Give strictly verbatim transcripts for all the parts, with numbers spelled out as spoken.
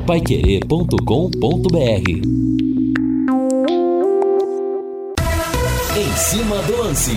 paiquerê ponto com ponto br. Em cima do lance.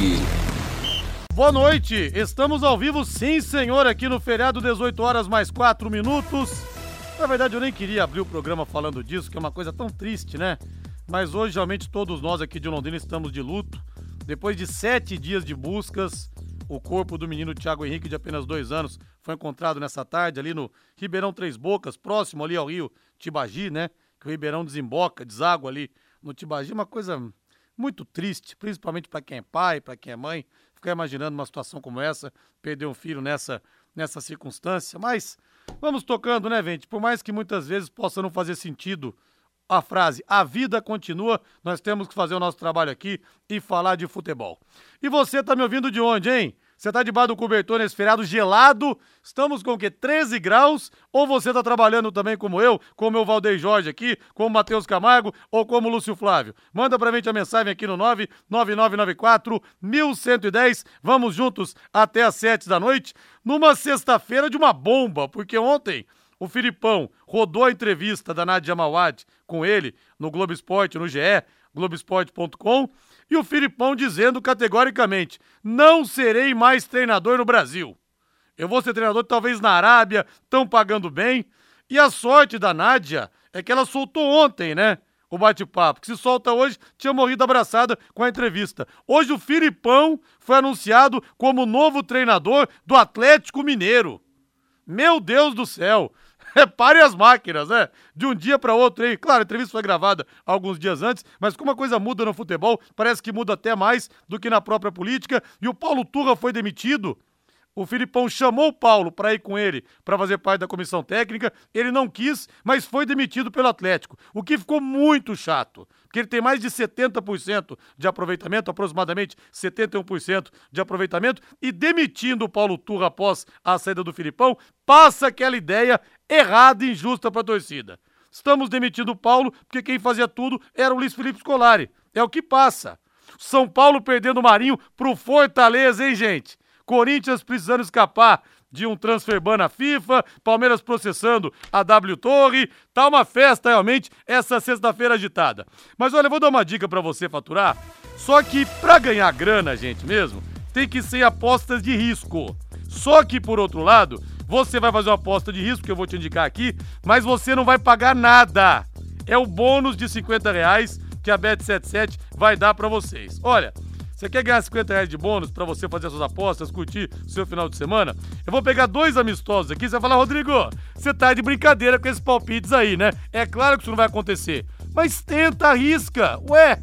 Boa noite, estamos ao vivo, sim senhor, aqui no feriado, dezoito horas mais quatro minutos. Na verdade eu nem queria abrir o programa falando disso, que é uma coisa tão triste, né? Mas hoje realmente todos nós aqui de Londrina estamos de luto. Depois de sete dias de buscas, o corpo do menino Thiago Henrique, de apenas dois anos, foi encontrado nessa tarde ali no Ribeirão Três Bocas, próximo ali ao rio Tibagi, né? Que o Ribeirão desemboca, deságua ali no Tibagi, uma coisa muito triste, principalmente para quem é pai, para quem é mãe. Ficar imaginando uma situação como essa, perder um filho nessa, nessa circunstância. Mas vamos tocando, né, gente? Por mais que muitas vezes possa não fazer sentido a frase, a vida continua, nós temos que fazer o nosso trabalho aqui e falar de futebol. E você tá me ouvindo de onde, hein? Você tá debaixo do cobertor nesse feriado gelado? Estamos com o quê? treze graus? Ou você tá trabalhando também como eu, como o Valdeir Jorge aqui, como o Matheus Camargo ou como o Lúcio Flávio? Manda pra gente a mensagem aqui no nove nove nove nove quatro um um um zero. Vamos juntos até às sete da noite, numa sexta-feira de uma bomba, porque ontem o Filipão rodou a entrevista da Nadia Mawad com ele no Globo Esporte, no G E, globo esporte ponto com, e o Filipão dizendo categoricamente: não serei mais treinador no Brasil. Eu vou ser treinador talvez na Arábia, estão pagando bem. E a sorte da Nádia é que ela soltou ontem, né? O bate-papo, que se solta hoje, tinha morrido abraçada com a entrevista. Hoje o Filipão foi anunciado como novo treinador do Atlético Mineiro. Meu Deus do céu! Repare as máquinas, né? De um dia para outro aí. Claro, a entrevista foi gravada alguns dias antes, mas como a coisa muda no futebol, parece que muda até mais do que na própria política. E o Paulo Turra foi demitido. O Filipão chamou o Paulo para ir com ele para fazer parte da comissão técnica. Ele não quis, mas foi demitido pelo Atlético. O que ficou muito chato, porque ele tem mais de setenta por cento de aproveitamento, aproximadamente setenta e um por cento de aproveitamento, e demitindo o Paulo Turra após a saída do Filipão, passa aquela ideia errada e injusta para a torcida. Estamos demitindo o Paulo porque quem fazia tudo era o Luiz Felipe Scolari. É o que passa. São Paulo perdendo o Marinho pro Fortaleza, hein, gente? Corinthians precisando escapar de um transfer ban na FIFA, Palmeiras processando a W Torre, tá uma festa realmente essa sexta-feira agitada. Mas olha, eu vou dar uma dica pra você faturar, só que pra ganhar grana, gente, mesmo, tem que ser apostas de risco. Só que, por outro lado, você vai fazer uma aposta de risco, que eu vou te indicar aqui, mas você não vai pagar nada. É o bônus de cinquenta reais que a Bet setenta e sete vai dar pra vocês. Olha, você quer ganhar cinquenta reais de bônus pra você fazer as suas apostas, curtir o seu final de semana? Eu vou pegar dois amistosos aqui, você vai falar: Rodrigo, você tá de brincadeira com esses palpites aí, né? É claro que isso não vai acontecer. Mas tenta, arrisca. Ué,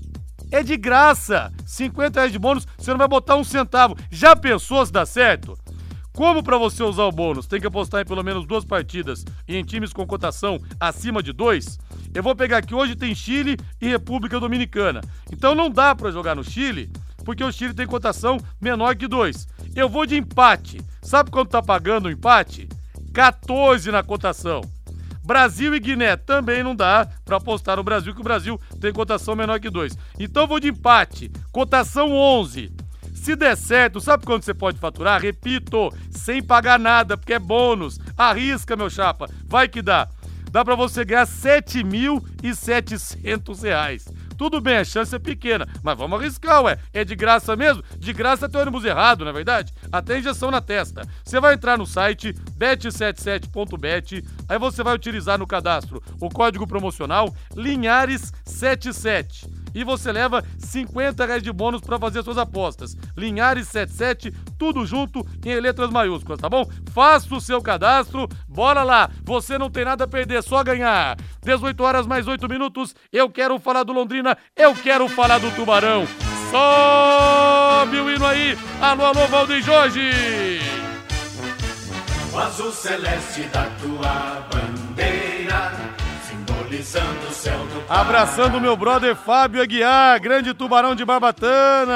é de graça. cinquenta reais de bônus, você não vai botar um centavo. Já pensou se dá certo? Como para você usar o bônus tem que apostar em pelo menos duas partidas e em times com cotação acima de dois, eu vou pegar aqui, hoje tem Chile e República Dominicana. Então não dá para jogar no Chile, porque o Chile tem cotação menor que dois. Eu vou de empate. Sabe quanto tá pagando o empate? quatorze na cotação. Brasil e Guiné também não dá para apostar no Brasil, que o Brasil tem cotação menor que dois. Então eu vou de empate. Cotação onze. Se der certo, sabe quanto você pode faturar? Repito, sem pagar nada, porque é bônus. Arrisca, meu chapa. Vai que dá. Dá pra você ganhar sete mil e setecentos reais. Tudo bem, a chance é pequena, mas vamos arriscar, ué. É de graça mesmo? De graça até o ônibus errado, não é verdade? Até injeção na testa. Você vai entrar no site bet setenta e sete ponto bet, aí você vai utilizar no cadastro o código promocional Linhares setenta e sete. E você leva cinquenta reais de bônus para fazer suas apostas. Linhares setenta e sete, tudo junto em letras maiúsculas, tá bom? Faça o seu cadastro, bora lá. Você não tem nada a perder, só ganhar. dezoito horas mais oito minutos, eu quero falar do Londrina, eu quero falar do Tubarão. Sobe o hino aí. Alô, alô, Valdeir Jorge. O azul celeste da tua bandeira, simbolizando o céu do Pará. Abraçando o meu brother Fábio Aguiar, grande Tubarão de Barbatanas,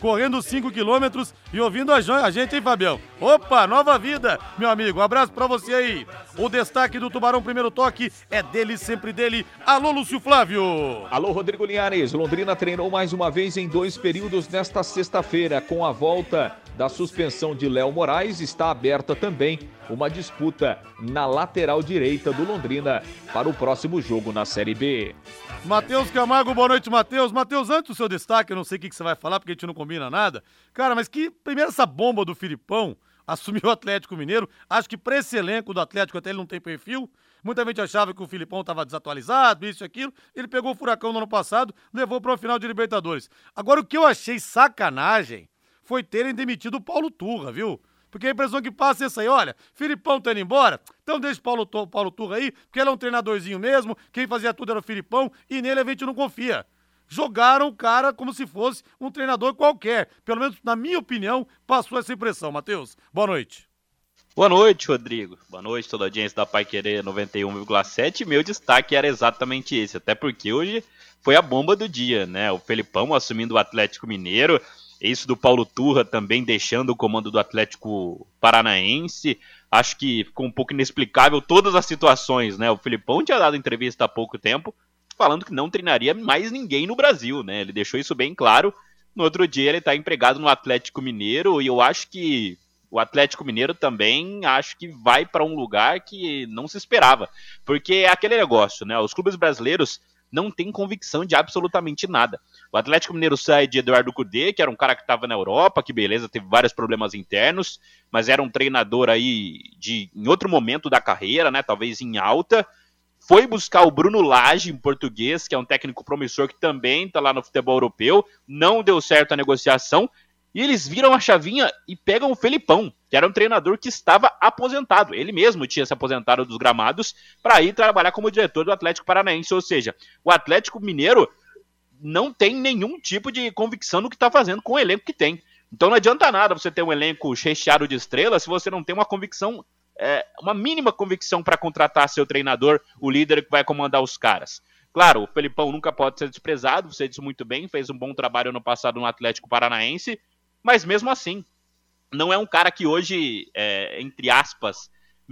correndo cinco quilômetros e ouvindo a gente, hein, Fabião? Opa, nova vida, meu amigo. Um abraço pra você aí. O destaque do Tubarão Primeiro Toque é dele, sempre dele. Alô, Lúcio Flávio. Alô, Rodrigo Linhares. Londrina treinou mais uma vez em dois períodos nesta sexta-feira. Com a volta da suspensão de Léo Moraes, está aberta também uma disputa na lateral direita do Londrina para o próximo jogo na Série B. Matheus Camargo, boa noite, Matheus. Matheus, antes do seu destaque, eu não sei o que você vai falar, porque a gente não combina nada. Cara, mas que, primeiro, essa bomba do Filipão assumiu o Atlético Mineiro. Acho que pra esse elenco do Atlético até ele não tem perfil. Muita gente achava que o Filipão estava desatualizado, isso e aquilo. Ele pegou o Furacão no ano passado, levou para o final de Libertadores. Agora, o que eu achei sacanagem foi terem demitido o Paulo Turra, viu? Porque a impressão que passa é essa aí, olha, Filipão tá indo embora, então deixa o Paulo, Paulo Turra aí, porque ele é um treinadorzinho mesmo, quem fazia tudo era o Filipão, e nele a gente não confia. Jogaram o cara como se fosse um treinador qualquer. Pelo menos, na minha opinião, passou essa impressão. Matheus, boa noite. Boa noite, Rodrigo. Boa noite, toda a audiência da Paiquerê noventa e um vírgula sete. Meu destaque era exatamente esse, até porque hoje foi a bomba do dia, né? O Felipão assumindo o Atlético Mineiro, isso do Paulo Turra também deixando o comando do Atlético Paranaense. Acho que ficou um pouco inexplicável todas as situações, né? O Felipão tinha dado entrevista há pouco tempo falando que não treinaria mais ninguém no Brasil, né? Ele deixou isso bem claro. No outro dia ele está empregado no Atlético Mineiro e eu acho que o Atlético Mineiro também acho que vai para um lugar que não se esperava. Porque é aquele negócio, né? Os clubes brasileiros não têm convicção de absolutamente nada. O Atlético Mineiro sai de Eduardo Cudê, que era um cara que estava na Europa, que beleza, teve vários problemas internos, mas era um treinador aí de, em outro momento da carreira, né? Talvez em alta. Foi buscar o Bruno Lage, em português, que é um técnico promissor que também está lá no futebol europeu. Não deu certo a negociação. E eles viram a chavinha e pegam o Felipão, que era um treinador que estava aposentado. Ele mesmo tinha se aposentado dos gramados para ir trabalhar como diretor do Atlético Paranaense. Ou seja, o Atlético Mineiro não tem nenhum tipo de convicção no que está fazendo com o elenco que tem. Então não adianta nada você ter um elenco recheado de estrelas se você não tem uma convicção, é, uma mínima convicção para contratar seu treinador, o líder que vai comandar os caras. Claro, o Felipão nunca pode ser desprezado, você disse muito bem, fez um bom trabalho no passado no Atlético Paranaense, mas mesmo assim, não é um cara que hoje, é, entre aspas,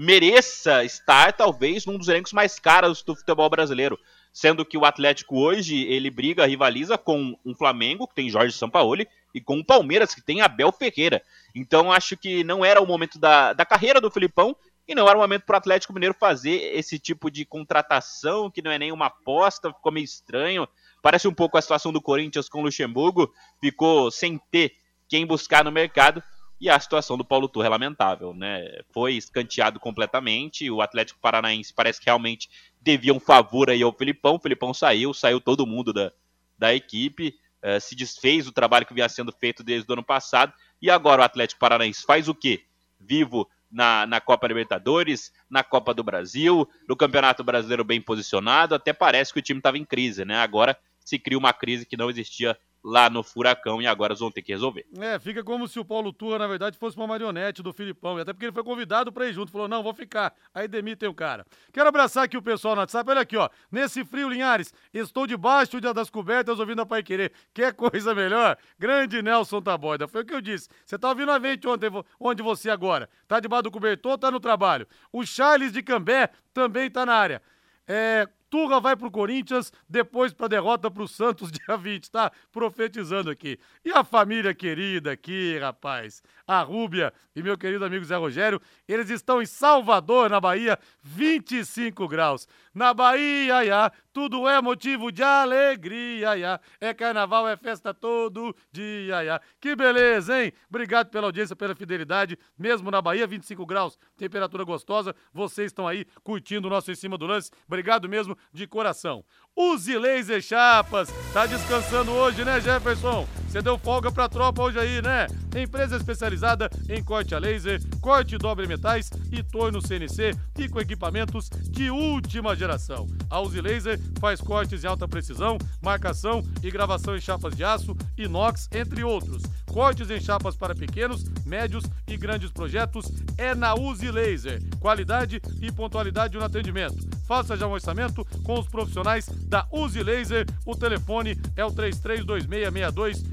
mereça estar talvez num dos elencos mais caros do futebol brasileiro. Sendo que o Atlético hoje, ele briga, rivaliza com um Flamengo, que tem Jorge Sampaoli, e com o Palmeiras, que tem Abel Ferreira. Então acho que não era o momento da, da carreira do Felipão, e não era o momento para o Atlético Mineiro fazer esse tipo de contratação, que não é nenhuma aposta, ficou meio estranho. Parece um pouco a situação do Corinthians com o Luxemburgo, ficou sem ter quem buscar no mercado, e a situação do Paulo Turra é lamentável, né? Foi escanteado completamente, o Atlético Paranaense parece que realmente devia um favor aí ao Felipão, o Felipão saiu, saiu todo mundo da, da equipe, uh, se desfez do trabalho que vinha sendo feito desde o ano passado, e agora o Atlético Paranaense faz o quê? Vivo na, na Copa Libertadores, na Copa do Brasil, no Campeonato Brasileiro bem posicionado, até parece que o time estava em crise, né? Agora se cria uma crise que não existia lá no Furacão e agora eles vão ter que resolver. É, fica como se o Paulo Turra, na verdade, fosse uma marionete do Filipão, e até porque ele foi convidado pra ir junto, falou, não, vou ficar, aí demitem o cara. Quero abraçar aqui o pessoal no WhatsApp, olha aqui, ó, nesse frio, Linhares, estou debaixo das cobertas ouvindo a Paiquerê, quer coisa melhor? Grande Nelson Taborda, foi o que eu disse, você tá ouvindo a gente ontem, onde você agora? Tá debaixo do cobertor ou tá no trabalho? O Charles de Cambé também tá na área. É... Turra vai pro Corinthians, depois pra derrota pro Santos dia vinte, tá? Profetizando aqui. E a família querida aqui, rapaz, a Rúbia e meu querido amigo Zé Rogério, eles estão em Salvador, na Bahia, vinte e cinco graus. Na Bahia, ia, tudo é motivo de alegria, ia. É carnaval, é festa todo dia, ia. Que beleza, hein? Obrigado pela audiência, pela fidelidade, mesmo na Bahia, vinte e cinco graus, temperatura gostosa, vocês estão aí curtindo o nosso Em Cima do Lance, obrigado mesmo, de coração. Use Laser Chapas, tá descansando hoje, né, Jefferson? Você deu folga pra tropa hoje aí, né? Empresa especializada em corte a laser, corte dobre metais e torno C N C e com equipamentos de última geração. A Use Laser faz cortes em alta precisão, marcação e gravação em chapas de aço, inox, entre outros. Cortes em chapas para pequenos, médios e grandes projetos é na Use Laser. Qualidade e pontualidade no atendimento. Faça já um orçamento com os profissionais da Use Laser. O telefone é o três três dois seis, seis dois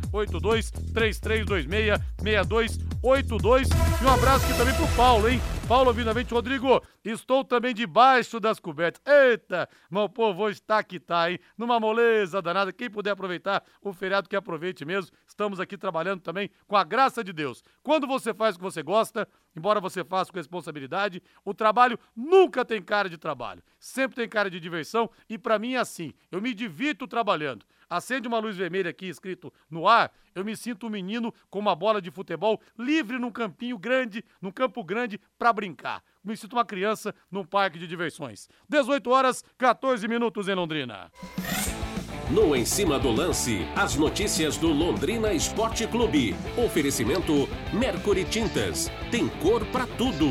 oito dois, três três dois seis, seis dois oito dois. E um abraço aqui também pro Paulo, hein? Paulo Vinamente, Rodrigo, estou também debaixo das cobertas. Eita, meu povo, hoje tá que tá, hein? Numa moleza danada. Quem puder aproveitar o feriado, que aproveite mesmo. Estamos aqui trabalhando também com a graça de Deus. Quando você faz o que você gosta, embora você faça com responsabilidade, o trabalho nunca tem cara de trabalho. Sempre tem cara de diversão e pra mim é assim. Eu me divirto trabalhando. Acende uma luz vermelha aqui escrito no ar, eu me sinto um menino com uma bola de futebol livre num campinho grande, num campo grande pra brincar. Me sinto uma criança num parque de diversões. dezoito horas, quatorze minutos em Londrina. No Em Cima do Lance, as notícias do Londrina Esporte Clube. Oferecimento Mercury Tintas. Tem cor pra tudo.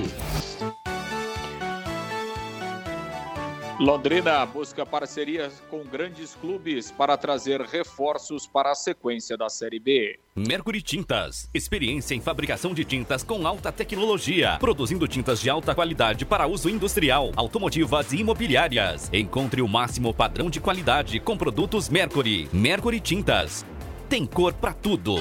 Londrina busca parcerias com grandes clubes para trazer reforços para a sequência da Série B. Mercury Tintas, experiência em fabricação de tintas com alta tecnologia, produzindo tintas de alta qualidade para uso industrial, automotivas e imobiliárias. Encontre o máximo padrão de qualidade com produtos Mercury. Mercury Tintas, tem cor pra tudo.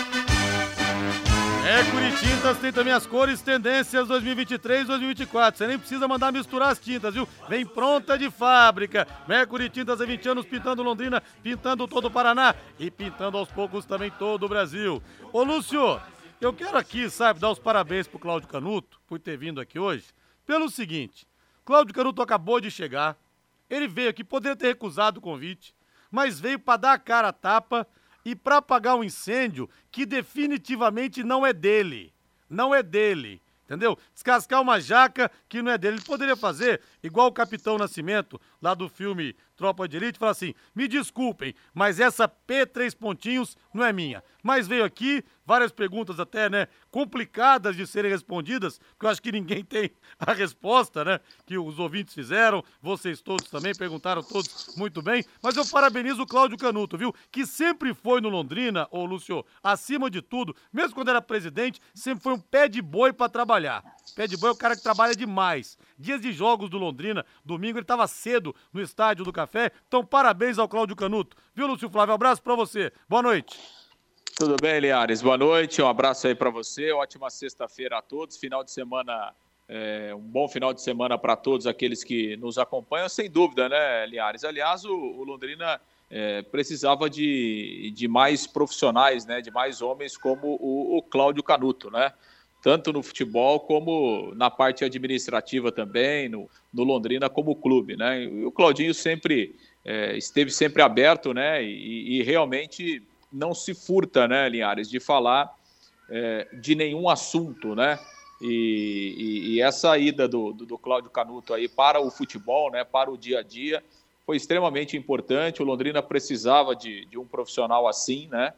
Mercury Tintas tem também as cores tendências dois mil e vinte e três, dois mil e vinte e quatro. Você nem precisa mandar misturar as tintas, viu? Vem pronta de fábrica. Mercury Tintas há vinte anos pintando Londrina, pintando todo o Paraná e pintando aos poucos também todo o Brasil. Ô Lúcio, eu quero aqui, sabe, dar os parabéns pro Cláudio Canuto por ter vindo aqui hoje. Pelo seguinte, Cláudio Canuto acabou de chegar. Ele veio aqui, poderia ter recusado o convite, mas veio para dar a cara a tapa e para apagar um incêndio que definitivamente não é dele. Não é dele, entendeu? Descascar uma jaca que não é dele. Ele poderia fazer igual o Capitão Nascimento, lá do filme Tropa de Elite, falar assim, me desculpem, mas essa P três pontinhos não é minha. Mas veio aqui, várias perguntas até, né, complicadas de serem respondidas, porque eu acho que ninguém tem a resposta, né, que os ouvintes fizeram, vocês todos também perguntaram todos muito bem, mas eu parabenizo o Cláudio Canuto, viu, que sempre foi no Londrina, ô Lúcio, acima de tudo, mesmo quando era presidente, sempre foi um pé de boi pra trabalhar. Pé de boi é o cara que trabalha demais. Dias de jogos do Londrina, domingo ele tava cedo no estádio do Café, então parabéns ao Cláudio Canuto. Viu, Lúcio Flávio? Um abraço pra você. Boa noite. Tudo bem, Linhares? Boa noite, um abraço aí para você, ótima sexta-feira a todos, final de semana, é, um bom final de semana para todos aqueles que nos acompanham, sem dúvida, né, Linhares? Aliás, o, o Londrina é, precisava de, de mais profissionais, né, de mais homens como o, o Cláudio Canuto, né? Tanto no futebol como na parte administrativa também, no, no Londrina como clube, né? E o Claudinho sempre é, esteve sempre aberto, né? E, e realmente não se furta, né, Linhares, de falar é, de nenhum assunto, né? E, e, e essa ida do, do, do Cláudio Canuto aí para o futebol, né? Para o dia a dia, foi extremamente importante. O Londrina precisava de, de um profissional assim, né?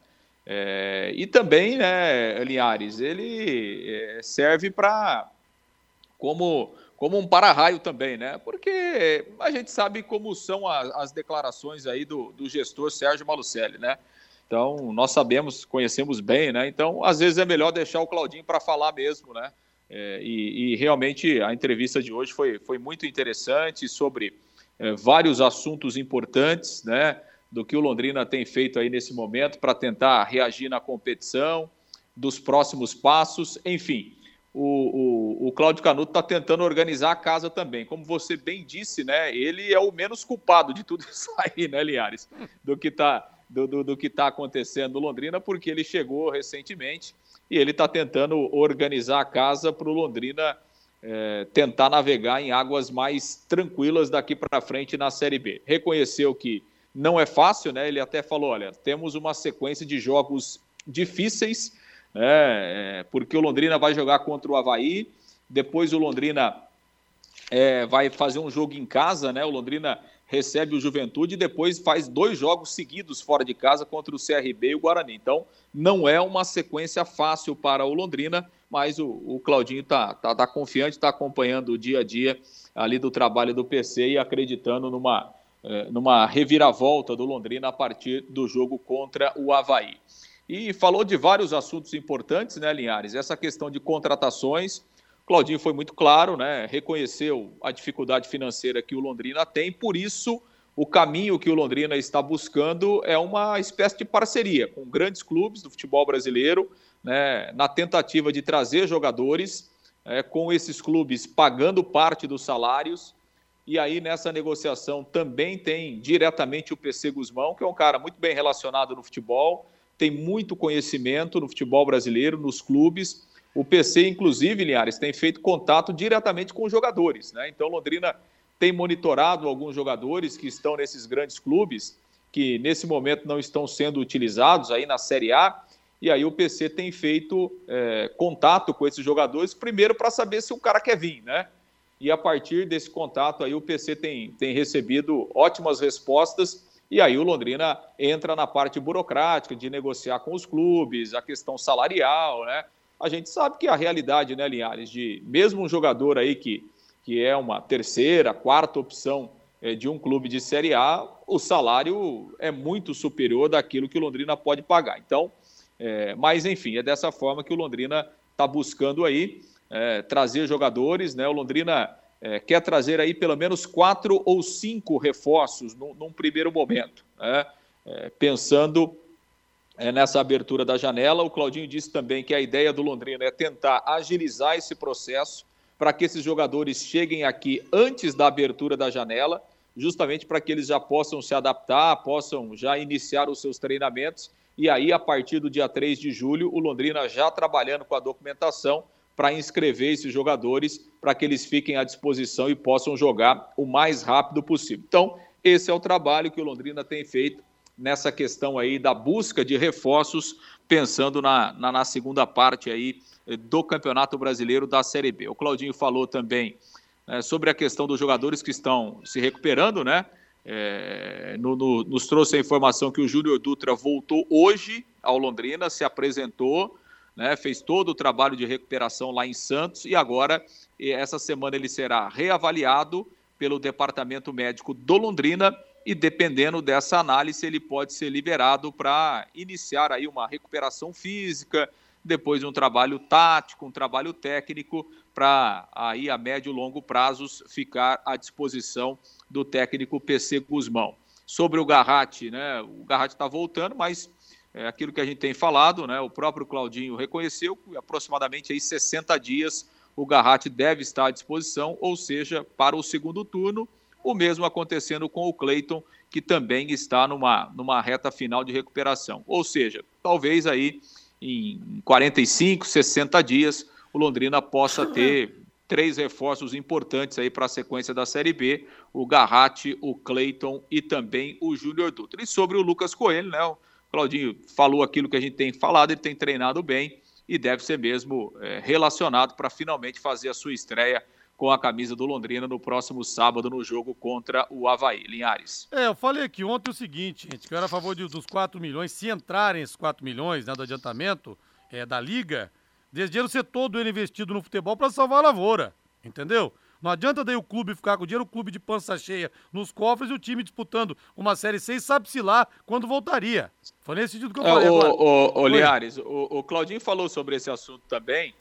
É, e também, né, Linhares, ele é, serve para como, como um para-raio também, né? Porque a gente sabe como são as, as declarações aí do, do gestor Sérgio Malucelli, né? Então, nós sabemos, conhecemos bem, né? Então, às vezes é melhor deixar o Claudinho para falar mesmo, né? É, e, e realmente a entrevista de hoje foi, foi muito interessante sobre é, vários assuntos importantes, né? Do que o Londrina tem feito aí nesse momento para tentar reagir na competição, dos próximos passos, enfim. O, o, o Cláudio Canuto está tentando organizar a casa também. Como você bem disse, né? Ele é o menos culpado de tudo isso aí, né, Linhares? Do que está do, do, do que tá acontecendo no Londrina, porque ele chegou recentemente e ele está tentando organizar a casa para o Londrina é, tentar navegar em águas mais tranquilas daqui para frente na Série B. Reconheceu que não é fácil, né? Ele até falou, olha, temos uma sequência de jogos difíceis, né? Porque o Londrina vai jogar contra o Avaí, depois o Londrina é, vai fazer um jogo em casa, né? O Londrina recebe o Juventude e depois faz dois jogos seguidos fora de casa contra o C R B e o Guarani. Então, não é uma sequência fácil para o Londrina, mas o, o Claudinho está tá, tá confiante, está acompanhando o dia a dia ali do trabalho do P C e acreditando numa... numa reviravolta do Londrina a partir do jogo contra o Avaí. E falou de vários assuntos importantes, né, Linhares? Essa questão de contratações, Claudinho foi muito claro, né? Reconheceu a dificuldade financeira que o Londrina tem, por isso o caminho que o Londrina está buscando é uma espécie de parceria com grandes clubes do futebol brasileiro, né, na tentativa de trazer jogadores, é, com esses clubes pagando parte dos salários. E aí, nessa negociação, também tem diretamente o P C Guzmão, que é um cara muito bem relacionado no futebol, tem muito conhecimento no futebol brasileiro, nos clubes. O P C, inclusive, Linhares, tem feito contato diretamente com os jogadores, né? Então, Londrina tem monitorado alguns jogadores que estão nesses grandes clubes, que nesse momento não estão sendo utilizados aí na Série A, e aí o P C tem feito é, contato com esses jogadores, primeiro para saber se o cara quer vir, né? E a partir desse contato aí o P C tem, tem recebido ótimas respostas, e aí o Londrina entra na parte burocrática de negociar com os clubes, a questão salarial, né? A gente sabe que a realidade, né, Linhares, de mesmo um jogador aí que que é uma terceira, quarta opção é, de um clube de Série A, o salário é muito superior daquilo que o Londrina pode pagar. Então, é, mas enfim, é dessa forma que o Londrina está buscando aí é, trazer jogadores, né? O Londrina é, quer trazer aí pelo menos quatro ou cinco reforços num, num primeiro momento, né? É, pensando é, nessa abertura da janela. O Claudinho disse também que a ideia do Londrina é tentar agilizar esse processo para que esses jogadores cheguem aqui antes da abertura da janela, justamente para que eles já possam se adaptar, possam já iniciar os seus treinamentos, e aí, a partir do dia três de julho, o Londrina já trabalhando com a documentação para inscrever esses jogadores, para que eles fiquem à disposição e possam jogar o mais rápido possível. Então, esse é o trabalho que o Londrina tem feito nessa questão aí da busca de reforços, pensando na, na, na segunda parte aí do Campeonato Brasileiro da Série B. O Claudinho falou também é, sobre a questão dos jogadores que estão se recuperando, né? É, no, no, nos trouxe a informação que o Júnior Dutra voltou hoje ao Londrina, se apresentou, né? Fez todo o trabalho de recuperação lá em Santos e agora, essa semana, ele será reavaliado pelo Departamento Médico do Londrina e, dependendo dessa análise, ele pode ser liberado para iniciar aí uma recuperação física, depois de um trabalho tático, um trabalho técnico, para aí a médio e longo prazos ficar à disposição do técnico P C Guzmão. Sobre o Garratti, né? O Garratti está voltando, mas é aquilo que a gente tem falado, né? O próprio Claudinho reconheceu que aproximadamente aí sessenta dias o Garratti deve estar à disposição, ou seja, para o segundo turno. O mesmo acontecendo com o Cleiton, que também está numa, numa reta final de recuperação. Ou seja, talvez aí em quarenta e cinco, sessenta dias, o Londrina possa ter três reforços importantes aí para a sequência da Série B, o Garratti, o Cleiton e também o Júnior Dutra. E sobre o Lucas Coelho, né? O Claudinho falou aquilo que a gente tem falado, ele tem treinado bem e deve ser mesmo é, relacionado para finalmente fazer a sua estreia com a camisa do Londrina no próximo sábado no jogo contra o Avaí. Linhares. É, eu falei aqui ontem o seguinte, gente, que eu era a favor de, dos quatro milhões, se entrarem esses quatro milhões, né, do adiantamento é, da Liga, desse dinheiro ser todo ele investido no futebol para salvar a lavoura, entendeu? Não adianta daí o clube ficar com o dinheiro, o clube de pança cheia nos cofres e o time disputando uma Série C e sabe-se lá quando voltaria. Foi nesse sentido que eu falei é, agora. Ô, ô, ô Linhares, o, o Claudinho falou sobre esse assunto também,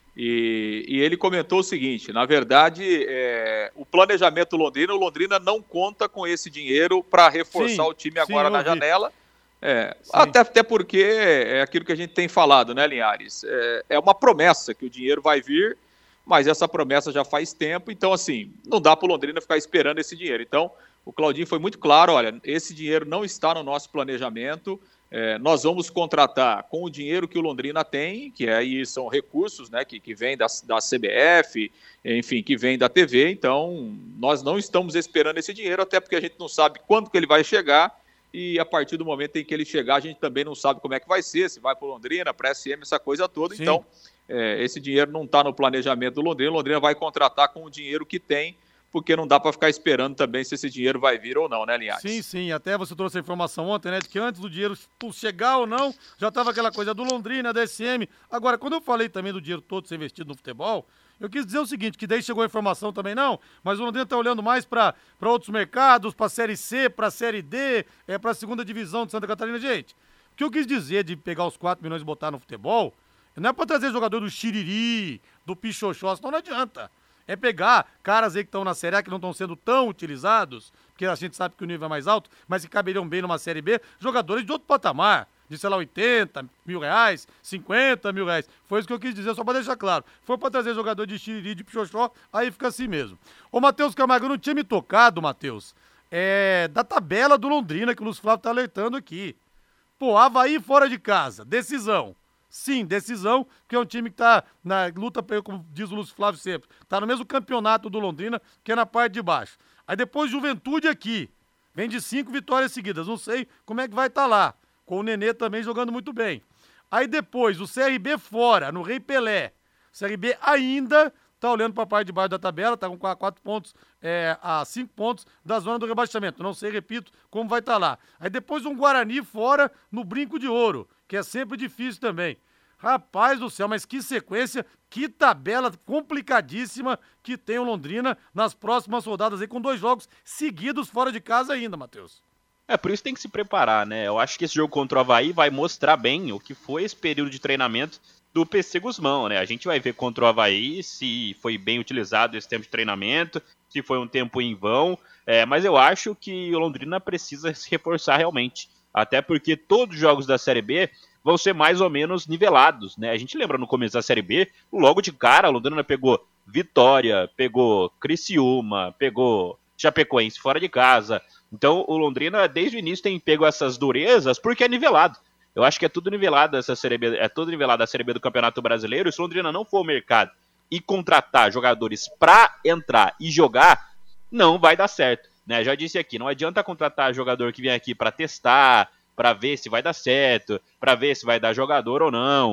E, e ele comentou o seguinte, na verdade, é, o planejamento Londrina, o Londrina não conta com esse dinheiro para reforçar sim, o time agora sim, na janela, é, até, até porque é aquilo que a gente tem falado, né, Linhares? É, é uma promessa que o dinheiro vai vir, mas essa promessa já faz tempo, então assim, não dá para o Londrina ficar esperando esse dinheiro. Então, o Claudinho foi muito claro, olha, esse dinheiro não está no nosso planejamento. É, nós vamos contratar com o dinheiro que o Londrina tem, que aí são recursos, né, que, que vem da, da C B F, enfim, que vem da T V, então nós não estamos esperando esse dinheiro, até porque a gente não sabe quando que ele vai chegar, e a partir do momento em que ele chegar, a gente também não sabe como é que vai ser, se vai para o Londrina, para a S M, essa coisa toda. Sim. Então é, esse dinheiro não está no planejamento do Londrina, o Londrina vai contratar com o dinheiro que tem, porque não dá para ficar esperando também se esse dinheiro vai vir ou não, né, Linhares? Sim, sim, até você trouxe a informação ontem, né, de que antes do dinheiro chegar ou não, já estava aquela coisa do Londrina, da S M. Agora, quando eu falei também do dinheiro todo ser investido no futebol, eu quis dizer o seguinte, que daí chegou a informação também não, mas o Londrina está olhando mais para outros mercados, para a Série C, para a Série D, é, para a segunda divisão de Santa Catarina. Gente, o que eu quis dizer de pegar os quatro milhões e botar no futebol, não é para trazer jogador do Xiriri, do Pichoxó, senão não adianta. é pegar caras aí que estão na Série A, que não estão sendo tão utilizados, porque a gente sabe que o nível é mais alto, mas que caberiam bem numa Série B, jogadores de outro patamar, de, sei lá, oitenta mil reais, cinquenta mil reais. Foi isso que eu quis dizer, só pra deixar claro. Foi pra trazer jogador de xiriri, de pichoxó, aí fica assim mesmo. Ô, Matheus Camargo, eu não tinha me tocado, Matheus, é, da tabela do Londrina, que o Lúcio Flávio tá alertando aqui. Pô, Avaí fora de casa, decisão. Sim, decisão, porque é um time que tá na luta, como diz o Lúcio Flávio sempre, tá no mesmo campeonato do Londrina, que é na parte de baixo. Aí depois Juventude aqui, vem de cinco vitórias seguidas, não sei como é que vai estar tá lá, com o Nenê também jogando muito bem. Aí depois o C R B fora, no Rei Pelé. O C R B ainda tá olhando para a parte de baixo da tabela, tá com quatro pontos, é, a cinco pontos da zona do rebaixamento. Não sei, repito, como vai estar tá lá. Aí depois um Guarani fora no Brinco de Ouro, que é sempre difícil também. Rapaz do céu, mas que sequência, que tabela complicadíssima que tem o Londrina nas próximas rodadas aí, com dois jogos seguidos fora de casa ainda, Matheus. É, por isso tem que se preparar, né? Eu acho que esse jogo contra o Avaí vai mostrar bem o que foi esse período de treinamento do P C Guzmão, né? A gente vai ver contra o Avaí se foi bem utilizado esse tempo de treinamento, se foi um tempo em vão, é, mas eu acho que o Londrina precisa se reforçar realmente, até porque todos os jogos da Série B vão ser mais ou menos nivelados, né? A gente lembra no começo da Série B, logo de cara, a Londrina pegou Vitória, pegou Criciúma, pegou Chapecoense fora de casa. Então o Londrina desde o início tem pego essas durezas porque é nivelado. Eu acho que é tudo nivelado essa Série B, é tudo nivelado a Série B do Campeonato Brasileiro. E se o Londrina não for ao mercado e contratar jogadores para entrar e jogar, não vai dar certo, né? Já disse aqui, não adianta contratar jogador que vem aqui para testar, para ver se vai dar certo, para ver se vai dar jogador ou não.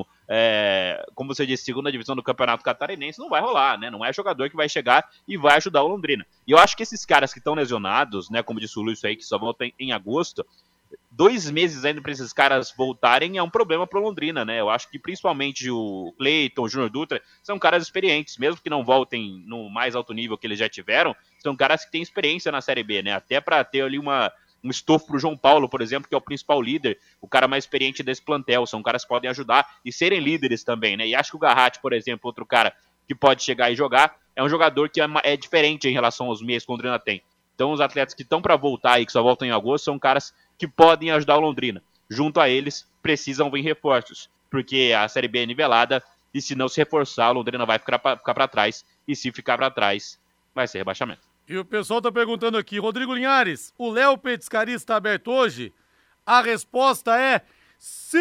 É, como você disse, segunda divisão do Campeonato Catarinense não vai rolar, né? Não é jogador que vai chegar e vai ajudar o Londrina. E eu acho que esses caras que estão lesionados, né? Como disse o Luiz aí, que só voltam em, em agosto, dois meses ainda para esses caras voltarem é um problema para o Londrina, né? Eu acho que principalmente o Cleiton, o Júnior Dutra, são caras experientes, mesmo que não voltem no mais alto nível que eles já tiveram, são caras que têm experiência na Série B, né? Até para ter ali uma um estofo pro João Paulo, por exemplo, que é o principal líder, o cara mais experiente desse plantel, são caras que podem ajudar e serem líderes também, né? E acho que o Garratti, por exemplo, outro cara que pode chegar e jogar, é um jogador que é, é diferente em relação aos meios que o Londrina tem. Então os atletas que estão para voltar e que só voltam em agosto são caras que podem ajudar o Londrina. Junto a eles, precisam vir reforços, porque a Série B é nivelada e se não se reforçar, o Londrina vai ficar para trás, e se ficar para trás, vai ser rebaixamento. E o pessoal tá perguntando aqui, Rodrigo Linhares, o Léo Petiscaria está aberto hoje? A resposta é sim!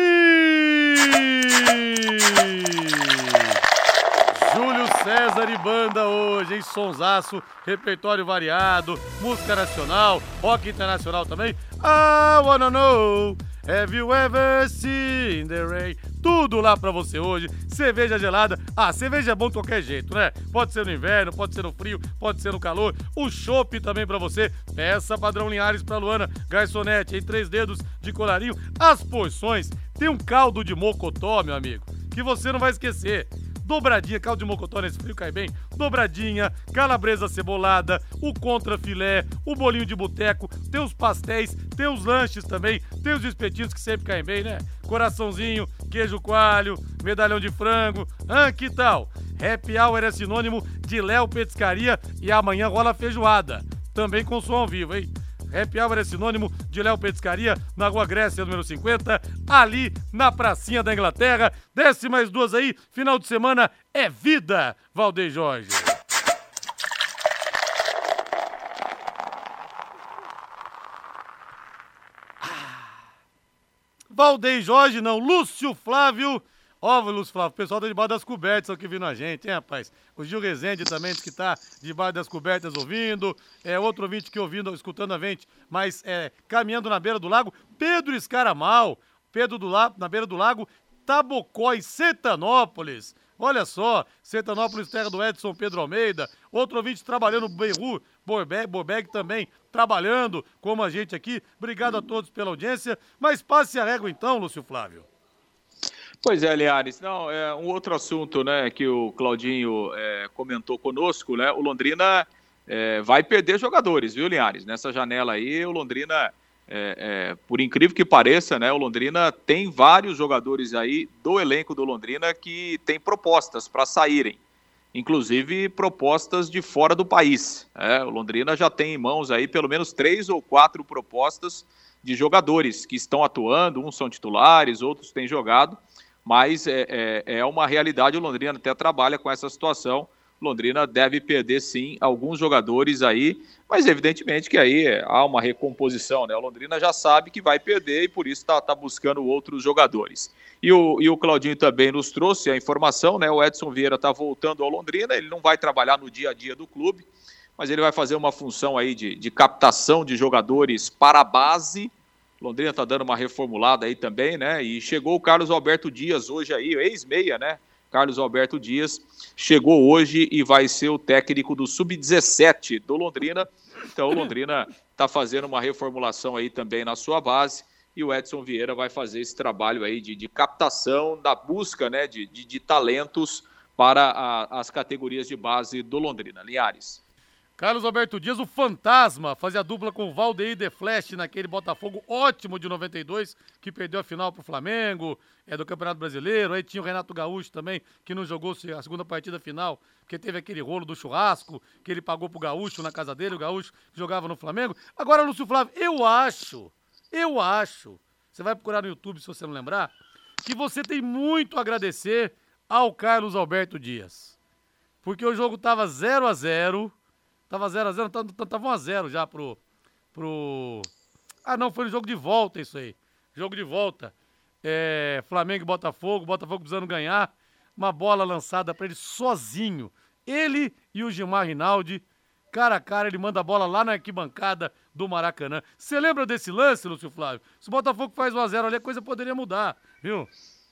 Júlio César e banda hoje, hein? Sonsaço, repertório variado, música nacional, rock internacional também. I wanna know, have you ever seen the rain? Tudo lá pra você hoje, cerveja gelada. Ah, cerveja é bom de qualquer jeito, né? Pode ser no inverno, pode ser no frio, pode ser no calor. O chopp também pra você. Peça Padrão Linhares pra Luana, garçonete em três dedos de colarinho. As porções, tem um caldo de mocotó, meu amigo, que você não vai esquecer. Dobradinha, caldo de mocotó nesse frio cai bem. Dobradinha, calabresa cebolada, o contrafilé, o bolinho de boteco, tem os pastéis, tem os lanches também, tem os espetinhos que sempre caem bem, né? Coraçãozinho, queijo coalho, medalhão de frango. Ah, que tal? Happy Hour é sinônimo de Léo Petiscaria e amanhã rola feijoada. Também com som ao vivo, hein? Happy Hour é sinônimo de Léo Petiscaria, na Rua Grécia, número cinquenta, ali na pracinha da Inglaterra. Desce mais duas aí, final de semana é vida, Valdeir Jorge. Valdeir Jorge, não, Lúcio Flávio. Ó, Lúcio Flávio, o pessoal tá debaixo das cobertas aqui vindo a gente, hein, rapaz? O Gil Rezende também diz que tá debaixo das cobertas ouvindo. É outro ouvinte que ouvindo, escutando a gente, mas é, caminhando na beira do lago. Pedro Escaramal, Pedro do lago, na beira do lago, Tabocó e Sertanópolis. Olha só, Sertanópolis, terra do Edson Pedro Almeida. Outro ouvinte trabalhando no Beirut, Borberg, Borberg também trabalhando como a gente aqui. Obrigado a todos pela audiência. Mas passe a régua então, Lúcio Flávio. Pois é, Linhares, não, é um outro assunto, né, que o Claudinho é, comentou conosco, né, o Londrina é, vai perder jogadores, viu, Linhares? Nessa janela aí, o Londrina, é, é, por incrível que pareça, né, o Londrina tem vários jogadores aí do elenco do Londrina que tem propostas para saírem. inclusive propostas de fora do país. É, o Londrina já tem em mãos aí pelo menos três ou quatro propostas de jogadores que estão atuando, uns são titulares, outros têm jogado, mas é, é, é uma realidade, o Londrina até trabalha com essa situação. Londrina deve perder sim alguns jogadores aí, mas evidentemente que aí há uma recomposição, né? O Londrina já sabe que vai perder e por isso está tá buscando outros jogadores. E o, e o Claudinho também nos trouxe a informação, né? O Edson Vieira está voltando ao Londrina, ele não vai trabalhar no dia a dia do clube, mas ele vai fazer uma função aí de, de captação de jogadores para a base. Londrina está dando uma reformulada aí também, né? E chegou o Carlos Alberto Dias hoje aí, ex-meia, né? Carlos Alberto Dias chegou hoje e vai ser o técnico do sub dezessete do Londrina. Então o Londrina está fazendo uma reformulação aí também na sua base e o Edson Vieira vai fazer esse trabalho aí de, de captação, da busca, né, de, de, de talentos para a, as categorias de base do Londrina. Linhares. Carlos Alberto Dias, o fantasma, fazia dupla com o Valdeir de Flash naquele Botafogo ótimo de noventa e dois, que perdeu a final pro Flamengo, é do Campeonato Brasileiro. Aí tinha o Renato Gaúcho também, que não jogou a segunda partida final, porque teve aquele rolo do churrasco, que ele pagou pro Gaúcho na casa dele, o Gaúcho jogava no Flamengo. Agora, Lúcio Flávio, eu acho, eu acho, você vai procurar no YouTube se você não lembrar, que você tem muito a agradecer ao Carlos Alberto Dias. Porque o jogo tava zero a zero, Tava zero a zero, tava um a zero já pro, pro... Ah, não, foi no jogo de volta isso aí. Jogo de volta. É, Flamengo e Botafogo, Botafogo precisando ganhar. Uma bola lançada pra ele sozinho. Ele e o Gilmar Rinaldi, cara a cara, ele manda a bola lá na arquibancada do Maracanã. Você lembra desse lance, Lúcio Flávio? Se o Botafogo faz um a zero ali, a coisa poderia mudar, viu?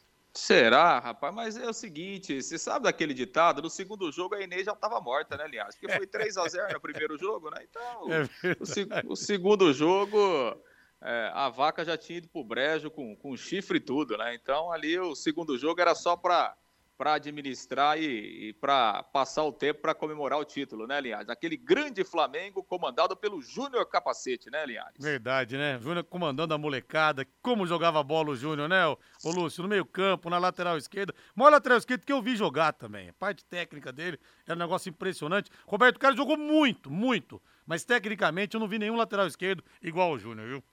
Será, rapaz? Mas é o seguinte, você sabe daquele ditado? No segundo jogo a Inês já estava morta, né, Linhares? Porque foi três a zero no primeiro jogo, né? Então, é o, se, o segundo jogo, é, a vaca já tinha ido pro brejo com, com chifre e tudo, né? Então, ali o segundo jogo era só para para administrar e, e para passar o tempo para comemorar o título, né, Linhares? Aquele grande Flamengo comandado pelo Júnior Capacete, né, Linhares? Verdade, né? Júnior comandando a molecada. Como jogava bola o Júnior, né, ô, ô Lúcio? No meio campo, na lateral esquerda. Maior lateral esquerda que eu vi jogar também. A parte técnica dele era um negócio impressionante. Roberto Carlos jogou muito, muito. Mas tecnicamente eu não vi nenhum lateral esquerdo igual o Júnior, viu?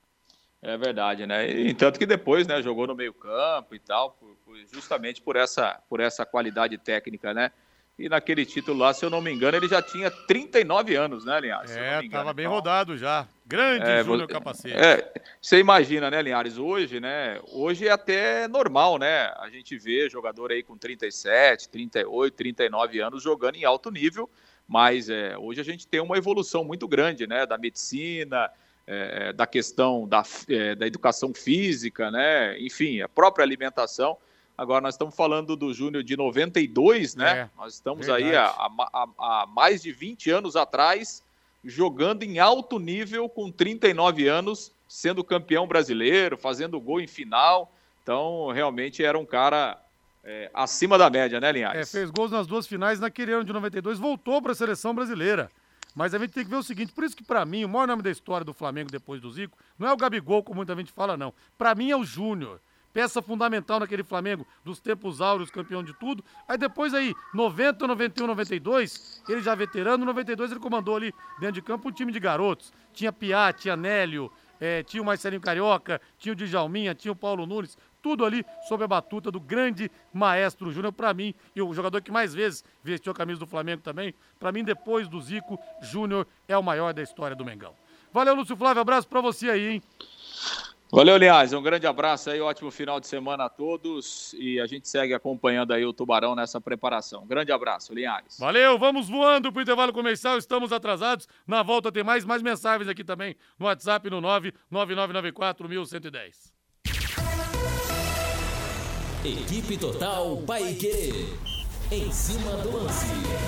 É verdade, né? E tanto que depois, né, jogou no meio campo e tal, por, por, justamente por essa, por essa qualidade técnica, né? E naquele título lá, se eu não me engano, ele já tinha trinta e nove anos, né, Linhares? É, estava bem então, rodado já. Grande é, Júnior Capacete. É, você imagina, né, Linhares, hoje, né, hoje é até normal, né, a gente vê jogador aí com trinta e sete, trinta e oito, trinta e nove anos jogando em alto nível, mas é, hoje a gente tem uma evolução muito grande, né, da medicina, É, da questão da, é, da educação física, né? Enfim, a própria alimentação. Agora nós estamos falando do Júnior de noventa e dois, né? É, nós estamos verdade. aí há, há, há mais de vinte anos atrás, jogando em alto nível com trinta e nove anos, sendo campeão brasileiro, fazendo gol em final. Então, realmente era um cara é, acima da média, né, Linhares? É, fez gols nas duas finais, naquele ano de noventa e dois, voltou para a seleção brasileira. Mas a gente tem que ver o seguinte, por isso que pra mim, o maior nome da história do Flamengo depois do Zico, não é o Gabigol, como muita gente fala, não. Pra mim é o Júnior. Peça fundamental naquele Flamengo, dos tempos áureos, campeão de tudo. Aí depois aí, noventa, noventa e um, noventa e dois, ele já veterano, noventa e dois ele comandou ali dentro de campo um time de garotos. Tinha Piá, tinha Nélio, é, tinha o Marcelinho Carioca, tinha o Djalminha, tinha o Paulo Nunes. Tudo ali sob a batuta do grande maestro Júnior, pra mim, e o jogador que mais vezes vestiu a camisa do Flamengo também, pra mim, depois do Zico, Júnior é o maior da história do Mengão. Valeu, Lúcio Flávio, abraço pra você aí, hein? Valeu, Linhares, um grande abraço aí, ótimo final de semana a todos, e a gente segue acompanhando aí o Tubarão nessa preparação. Grande abraço, Linhares. Valeu, vamos voando pro intervalo comercial, estamos atrasados, na volta tem mais, mais mensagens aqui também, no WhatsApp no nove nove nove nove quatro um um um zero. Equipe Total Paiquerê, em cima do lance.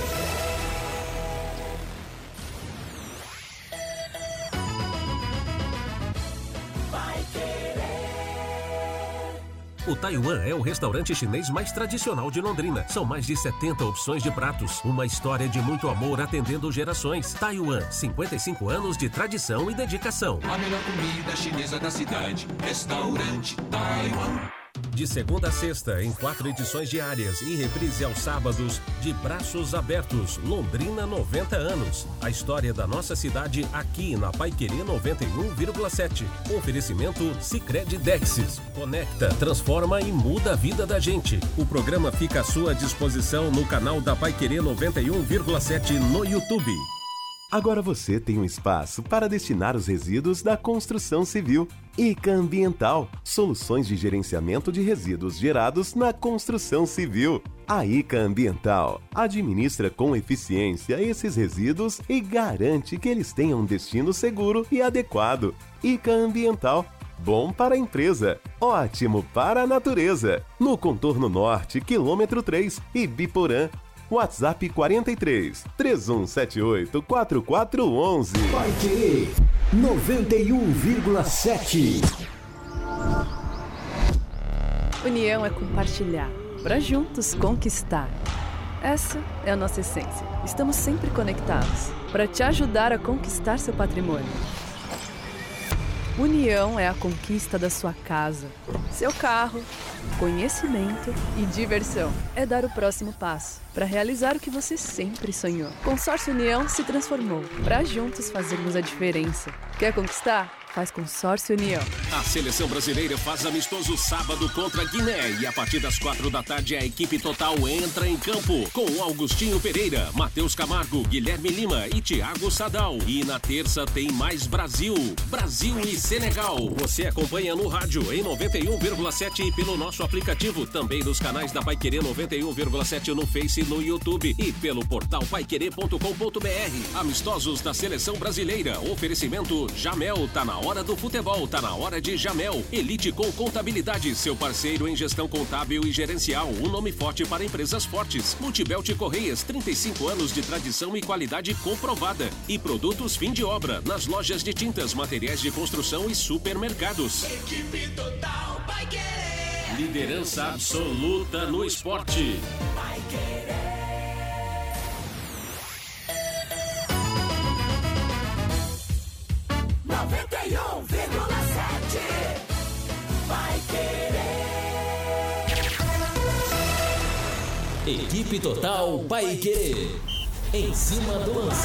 O Taiwan é o restaurante chinês mais tradicional de Londrina. São mais de setenta opções de pratos. Uma história de muito amor atendendo gerações. Taiwan, cinquenta e cinco anos de tradição e dedicação. A melhor comida chinesa da cidade. Restaurante Taiwan. De segunda a sexta, em quatro edições diárias e reprise aos sábados, de Braços Abertos, Londrina noventa anos. A história da nossa cidade aqui na Paiquerê noventa e um vírgula sete. Oferecimento Sicredi Dexis. Conecta, transforma e muda a vida da gente. O programa fica à sua disposição no canal da Paiquerê noventa e um vírgula sete no YouTube. Agora você tem um espaço para destinar os resíduos da construção civil. ICA Ambiental, soluções de gerenciamento de resíduos gerados na construção civil. A ICA Ambiental administra com eficiência esses resíduos e garante que eles tenham um destino seguro e adequado. ICA Ambiental, bom para a empresa, ótimo para a natureza. No Contorno Norte, quilômetro três, Ibiporã. WhatsApp quarenta e três, três um sete oito, quatro quatro um um. Paiquerê noventa e um vírgula sete. União é compartilhar, para juntos conquistar. Essa é a nossa essência. Estamos sempre conectados, para te ajudar a conquistar seu patrimônio. União é a conquista da sua casa, seu carro, conhecimento e diversão. É dar o próximo passo para realizar o que você sempre sonhou. Consórcio União se transformou para juntos fazermos a diferença. Quer conquistar? Faz Consórcio União. A seleção brasileira faz amistoso sábado contra a Guiné e a partir das quatro da tarde a equipe total entra em campo com Augustinho Pereira, Matheus Camargo, Guilherme Lima e Thiago Sadal. E na terça tem mais Brasil, Brasil e Senegal. Você acompanha no rádio em noventa e um vírgula sete e pelo nosso aplicativo, também nos canais da Paiquerê noventa e um vírgula sete no Face e no YouTube e pelo portal paiquerê ponto com ponto br. Amistosos da seleção brasileira. Oferecimento Jamel, tá na hora do futebol, tá na hora de Jamel. Elite com Contabilidade, seu parceiro em gestão contábil e gerencial. Um nome forte para empresas fortes. Multibelt Correias, trinta e cinco anos de tradição e qualidade comprovada. E produtos fim de obra, nas lojas de tintas, materiais de construção e supermercados. Equipe total Paiquerê. Liderança absoluta no esporte. Paiquerê. noventa e um vírgula sete. Paiquerê. Equipe total Paiquerê. Em cima do lance.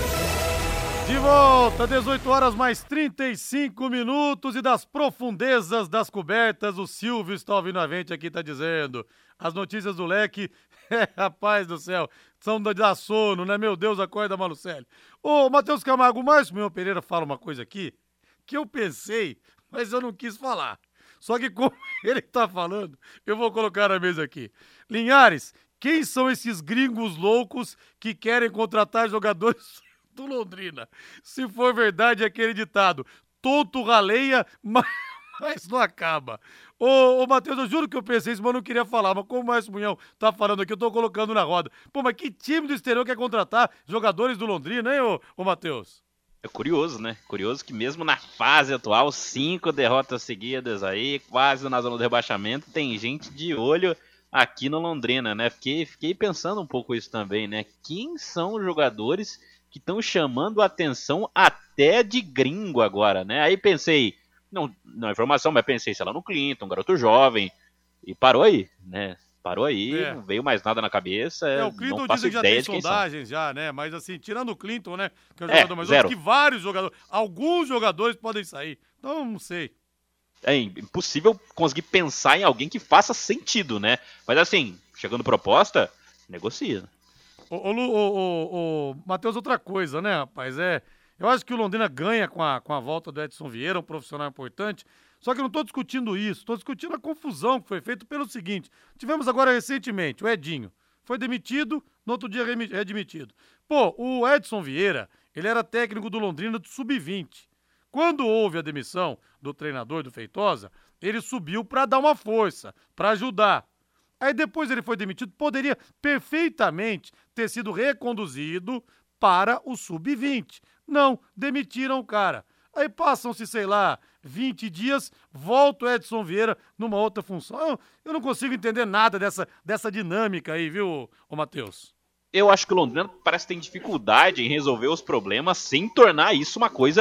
De volta, dezoito horas mais trinta e cinco minutos e das profundezas das cobertas, o Silvio está ouvindo a gente aqui, tá dizendo. As notícias do Leque, é, rapaz do céu, são da, da sono, né? Meu Deus, acorda, Malucelli. Ô, Matheus Camargo, o Márcio Meu Pereira fala uma coisa aqui que eu pensei, mas eu não quis falar. Só que como ele tá falando, eu vou colocar na mesa aqui. Linhares, quem são esses gringos loucos que querem contratar jogadores do Londrina? Se for verdade aquele ditado, tonto raleia, mas, mas não acaba. Ô, ô Matheus, eu juro que eu pensei isso, mas eu não queria falar, mas como o Márcio Munhão tá falando aqui, eu tô colocando na roda. Pô, mas que time do exterior quer contratar jogadores do Londrina, hein, ô, ô Matheus? É curioso, né? Curioso que mesmo na fase atual, cinco derrotas seguidas aí, quase na zona do rebaixamento, tem gente de olho aqui no Londrina, né? Fiquei, fiquei pensando um pouco isso também, né? Quem são os jogadores que estão chamando a atenção até de gringo agora, né? Aí pensei, não, não é informação, mas pensei, sei lá, no Clinton, um garoto jovem, e parou aí, né? Parou aí, é. Não veio mais nada na cabeça. É, o Clinton dizem que já tem sondagens já, né? Mas assim, tirando o Clinton, né? Que é o jogador é, mais zero. outro, que vários jogadores, alguns jogadores podem sair. Então, não sei. É impossível conseguir pensar em alguém que faça sentido, né? Mas assim, chegando proposta, negocia. Ô, ô, ô, ô, ô Matheus, outra coisa, né, rapaz? É, eu acho que o Londrina ganha com a, com a volta do Edson Vieira, um profissional importante. Só que eu não estou discutindo isso, estou discutindo a confusão que foi feita pelo seguinte. Tivemos agora recentemente o Edinho. Foi demitido, no outro dia redmitido. Pô, o Edson Vieira, ele era técnico do Londrina do sub vinte. Quando houve a demissão do treinador do Feitosa, ele subiu para dar uma força, para ajudar. Aí depois ele foi demitido, poderia perfeitamente ter sido reconduzido para o sub vinte. Não, demitiram o cara. Aí passam-se, sei lá, vinte dias, volta o Edson Vieira numa outra função. Eu, eu não consigo entender nada dessa, dessa dinâmica aí, viu, ô Matheus? Eu acho que o Londrina parece que tem dificuldade em resolver os problemas sem tornar isso uma coisa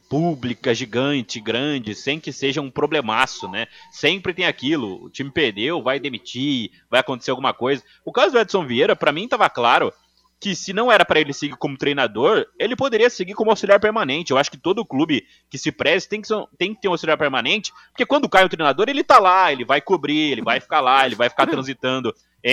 pública, gigante, grande, sem que seja um problemaço, né? Sempre tem aquilo, o time perdeu, vai demitir, vai acontecer alguma coisa. O caso do Edson Vieira, pra mim, tava claro que se não era pra ele seguir como treinador, ele poderia seguir como auxiliar permanente. Eu acho que todo clube que se preze tem que, tem que ter um auxiliar permanente, porque quando cai o treinador, ele tá lá, ele vai cobrir, ele vai ficar lá, ele vai ficar transitando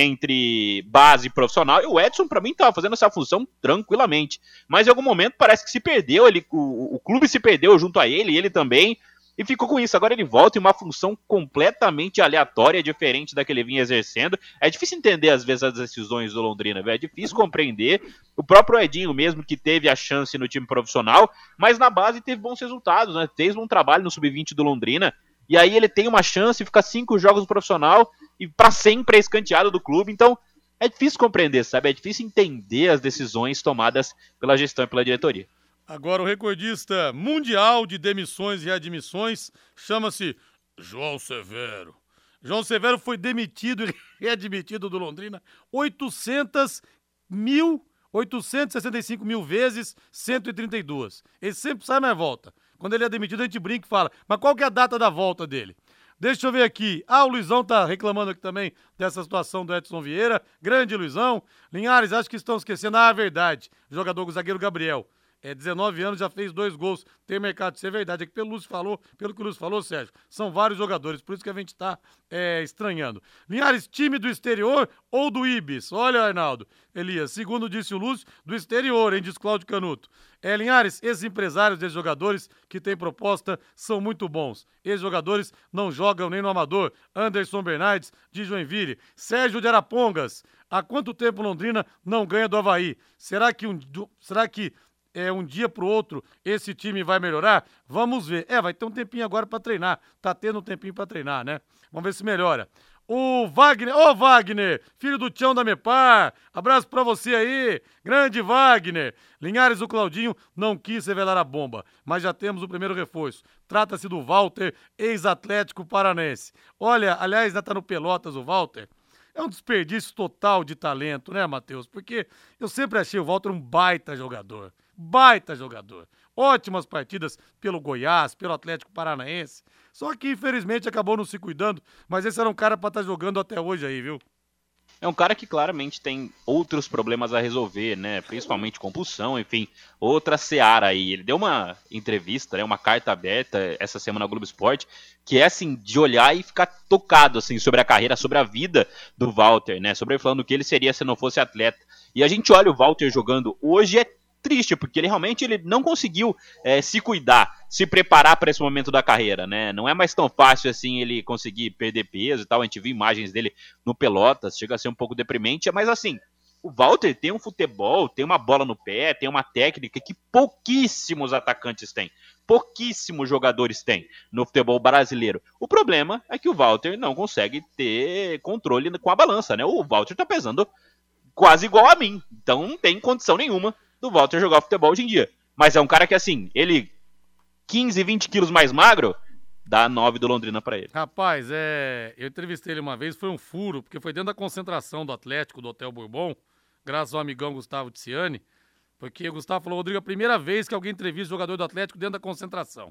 entre base e profissional, e o Edson, pra mim, tava fazendo essa função tranquilamente. Mas em algum momento parece que se perdeu, ele, o, o clube se perdeu junto a ele, e ele também, e ficou com isso. Agora ele volta em uma função completamente aleatória, diferente da que ele vinha exercendo. É difícil entender, às vezes, as decisões do Londrina, véio. É difícil compreender. O próprio Edinho mesmo, que teve a chance no time profissional, mas na base teve bons resultados, né? Fez um trabalho no sub vinte do Londrina, e aí ele tem uma chance, fica cinco jogos no profissional, e pra sempre é escanteado do clube. Então, é difícil compreender, sabe? É difícil entender as decisões tomadas pela gestão e pela diretoria. Agora o recordista mundial de demissões e readmissões chama-se João Severo. João Severo foi demitido e readmitido do Londrina oitocentos mil, oitocentos e sessenta e cinco mil vezes, cento e trinta e dois. Ele sempre sai mais volta. Quando ele é demitido, a gente brinca e fala, mas qual que é a data da volta dele? Deixa eu ver aqui. Ah, o Luizão tá reclamando aqui também dessa situação do Edson Vieira. Grande Luizão. Linhares, acho que estão esquecendo. Ah, verdade. Jogador, o zagueiro Gabriel. É, dezenove anos, já fez dois gols. Tem mercado de ser verdade. É que pelo Lúcio falou, pelo que o Lúcio falou, Sérgio, são vários jogadores. Por isso que a gente tá é, estranhando. Linhares, time do exterior ou do Ibis? Olha, Arnaldo. Elias, segundo disse o Lúcio, do exterior, hein, diz Cláudio Canuto. É, Linhares, esses empresários desses jogadores que têm proposta são muito bons. Esses jogadores não jogam nem no amador. Anderson Bernardes, de Joinville. Sérgio de Arapongas. Há quanto tempo Londrina não ganha do Avaí? Será que um, será que é, um dia pro outro esse time vai melhorar? Vamos ver. É, vai ter um tempinho agora pra treinar. Tá tendo um tempinho pra treinar, né? Vamos ver se melhora. O Wagner, ô Wagner, filho do Tião da Mepar, abraço pra você aí, grande Wagner. Linhares, o Claudinho não quis revelar a bomba, mas já temos o primeiro reforço. Trata-se do Walter, ex-atlético paranense. Olha, aliás, ainda tá no Pelotas o Walter. É um desperdício total de talento, né, Matheus? Porque eu sempre achei o Walter um baita jogador, baita jogador. Ótimas partidas pelo Goiás, pelo Atlético Paranaense. Só que, infelizmente, acabou não se cuidando. Mas esse era um cara pra estar jogando até hoje aí, viu? É um cara que claramente tem outros problemas a resolver, né? Principalmente compulsão, enfim, outra seara aí. Ele deu uma entrevista, né? Uma carta aberta essa semana no Globo Esporte, que é assim, de olhar e ficar tocado assim, sobre a carreira, sobre a vida do Walter, né? Sobre ele falando o que ele seria se não fosse atleta. E a gente olha o Walter jogando hoje, é triste, porque ele realmente ele não conseguiu é, se cuidar, se preparar para esse momento da carreira, né? Não é mais tão fácil assim ele conseguir perder peso e tal. A gente viu imagens dele no Pelotas, chega a ser um pouco deprimente, mas assim, o Walter tem um futebol, tem uma bola no pé, tem uma técnica que pouquíssimos atacantes têm, pouquíssimos jogadores têm no futebol brasileiro. O problema é que o Walter não consegue ter controle com a balança, né? O Walter tá pesando quase igual a mim, então não tem condição nenhuma do Walter jogar futebol hoje em dia. Mas é um cara que, assim, ele quinze, vinte quilos mais magro, dá nove do Londrina pra ele. Rapaz, é... eu entrevistei ele uma vez, foi um furo, porque foi dentro da concentração do Atlético, do Hotel Bourbon, graças ao amigão Gustavo Ticiani, porque o Gustavo falou, Rodrigo, é a primeira vez que alguém entrevista jogador do Atlético dentro da concentração.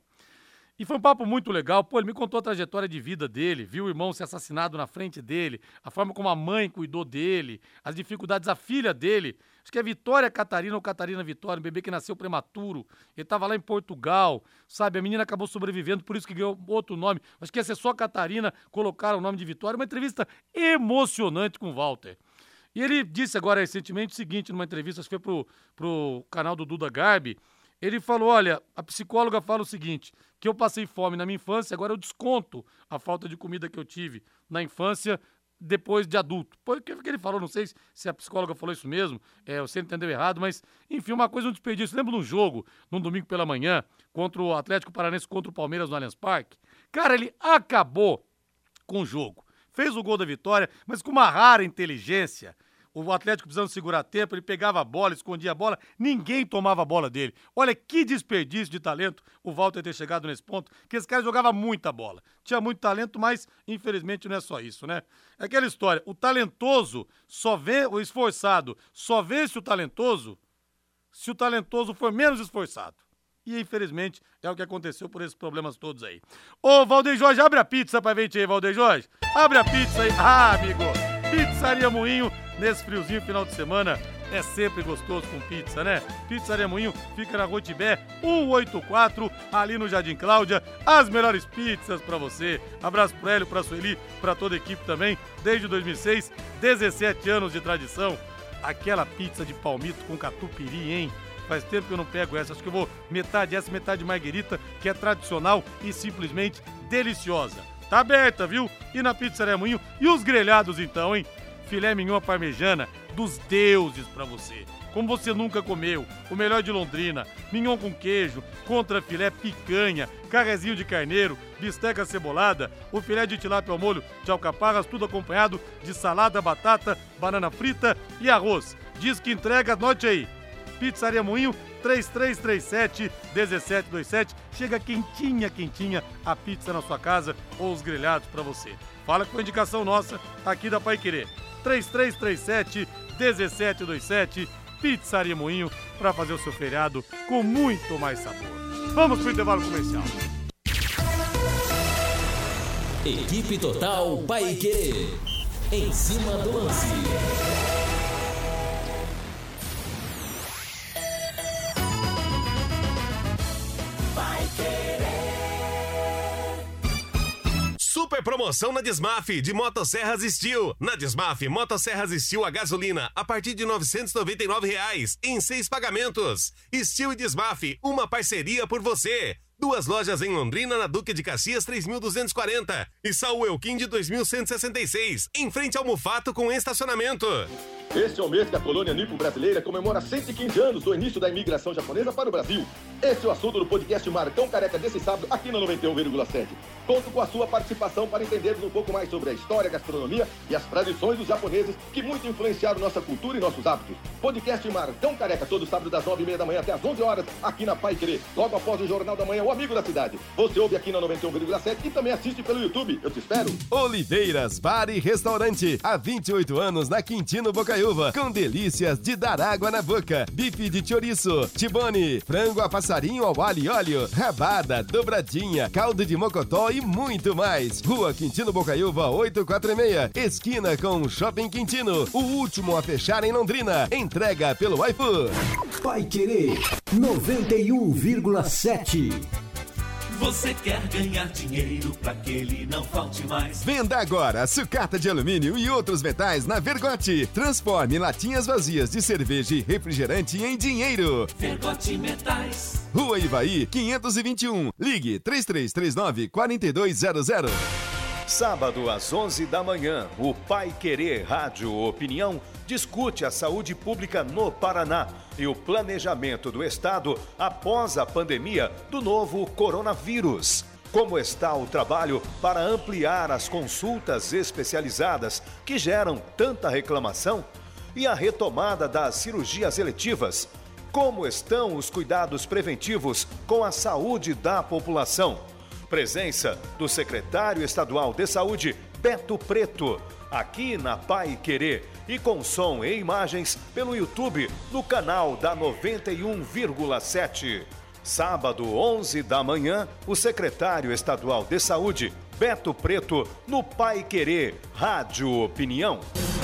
E foi um papo muito legal. Pô, ele me contou a trajetória de vida dele, viu o irmão ser assassinado na frente dele, a forma como a mãe cuidou dele, as dificuldades, a filha dele, acho que é Vitória Catarina ou Catarina Vitória, um bebê que nasceu prematuro, ele tava lá em Portugal, sabe, a menina acabou sobrevivendo, por isso que ganhou outro nome, acho que ia ser só Catarina, colocaram o nome de Vitória, uma entrevista emocionante com o Walter. E ele disse agora recentemente o seguinte, numa entrevista, acho que foi pro, pro canal do Duda Garbi, ele falou, olha, a psicóloga fala o seguinte, que eu passei fome na minha infância, agora eu desconto a falta de comida que eu tive na infância depois de adulto. Por que ele falou, não sei se a psicóloga falou isso mesmo, é, você entendeu errado, mas enfim, uma coisa, um desperdício. Lembra de um jogo, num domingo pela manhã, contra o Atlético Paranense, contra o Palmeiras no Allianz Parque? Cara, ele acabou com o jogo, fez o gol da vitória, mas com uma rara inteligência. O Atlético precisando segurar tempo, ele pegava a bola, escondia a bola, ninguém tomava a bola dele. Olha que desperdício de talento o Walter ter chegado nesse ponto, que esse cara jogava muita bola. Tinha muito talento, mas infelizmente não é só isso, né? É aquela história, o talentoso só vê, o esforçado só vence o talentoso se o talentoso for menos esforçado. E, infelizmente, é o que aconteceu por esses problemas todos aí. Ô, Valdeir Jorge, abre a pizza pra gente aí, Valdeir Jorge. Abre a pizza aí. Ah, amigo, Pizzaria Moinho, nesse friozinho final de semana, é sempre gostoso com pizza, né? Pizzaria Moinho fica na Rua Tibé cento e oitenta e quatro, ali no Jardim Cláudia. As melhores pizzas pra você. Abraço pro Hélio, pra Sueli, pra toda a equipe também. Desde dois mil e seis, dezessete anos de tradição. Aquela pizza de palmito com catupiry, hein? Faz tempo que eu não pego essa. Acho que eu vou metade essa, metade marguerita, que é tradicional e simplesmente deliciosa. Tá aberta, viu? E na Pizzaria Moinho. E os grelhados então, hein? Filé mignon parmejana dos deuses pra você. Como você nunca comeu. O melhor de Londrina. Mignon com queijo, contra filé, picanha, carrezinho de carneiro, bisteca cebolada, o filé de tilápia ao molho de alcaparras, tudo acompanhado de salada, batata, banana frita e arroz. Diz que entrega, anote aí. Pizzaria Moinho, três três três sete, um sete dois sete. Chega quentinha, quentinha a pizza na sua casa ou os grelhados pra você. Fala com a indicação nossa aqui da Pai Querer. três três três sete, um sete dois sete. Pizzaria Moinho, pra fazer o seu feriado com muito mais sabor. Vamos pro intervalo comercial. Equipe Total Paiquerê. Em cima do lance. Super promoção na Desmaf de Motosserras Steel. Na Desmaf, Motosserras Steel a gasolina a partir de novecentos e noventa e nove reais em seis pagamentos. Steel e Desmaf, uma parceria por você. Duas lojas em Londrina, na Duque de Caxias três mil duzentos e quarenta e Saul Elquim de dois mil cento e sessenta e seis, em frente ao Mufato com estacionamento. Este é o mês que a colônia nipo-brasileira comemora cento e quinze anos do início da imigração japonesa para o Brasil. Esse é o assunto do podcast Marcão Careca desse sábado aqui na noventa e um vírgula sete. Conto com a sua participação para entendermos um pouco mais sobre a história, a gastronomia e as tradições dos japoneses que muito influenciaram nossa cultura e nossos hábitos. Podcast Marcão Careca, todo sábado das nove e meia da manhã até às onze horas, aqui na Pai Querer. Logo após o Jornal da Manhã, o Amigo da Cidade. Você ouve aqui na noventa e um vírgula sete e também assiste pelo YouTube. Eu te espero. Oliveiras Bar e Restaurante. Há vinte e oito anos na Quintino Bocaiúva. Com delícias de dar água na boca. Bife de chouriço, tibone, frango a passarinho ao alho e óleo, rabada, dobradinha, caldo de mocotó e muito mais. Rua Quintino Bocaiúva oitocentos e quarenta e seis. Esquina com Shopping Quintino. O último a fechar em Londrina. Entrega pelo iFood. Paiquerê noventa e um vírgula sete. Você quer ganhar dinheiro pra que ele não falte mais? Venda agora sucata de alumínio e outros metais na Vergote. Transforme latinhas vazias de cerveja e refrigerante em dinheiro. Vergote Metais. Rua Ivaí, quinhentos e vinte e um. Ligue três três três nove, quatro dois zero zero. Sábado às onze da manhã, o Pai Querer Rádio Opinião discute a saúde pública no Paraná e o planejamento do Estado após a pandemia do novo coronavírus. Como está o trabalho para ampliar as consultas especializadas que geram tanta reclamação e a retomada das cirurgias eletivas? Como estão os cuidados preventivos com a saúde da população? Presença do secretário estadual de saúde, Beto Preto, aqui na Pai Querer e com som e imagens pelo YouTube no canal da noventa e um vírgula sete. Sábado, onze da manhã, o secretário estadual de saúde, Beto Preto, no Pai Querer Rádio Opinião.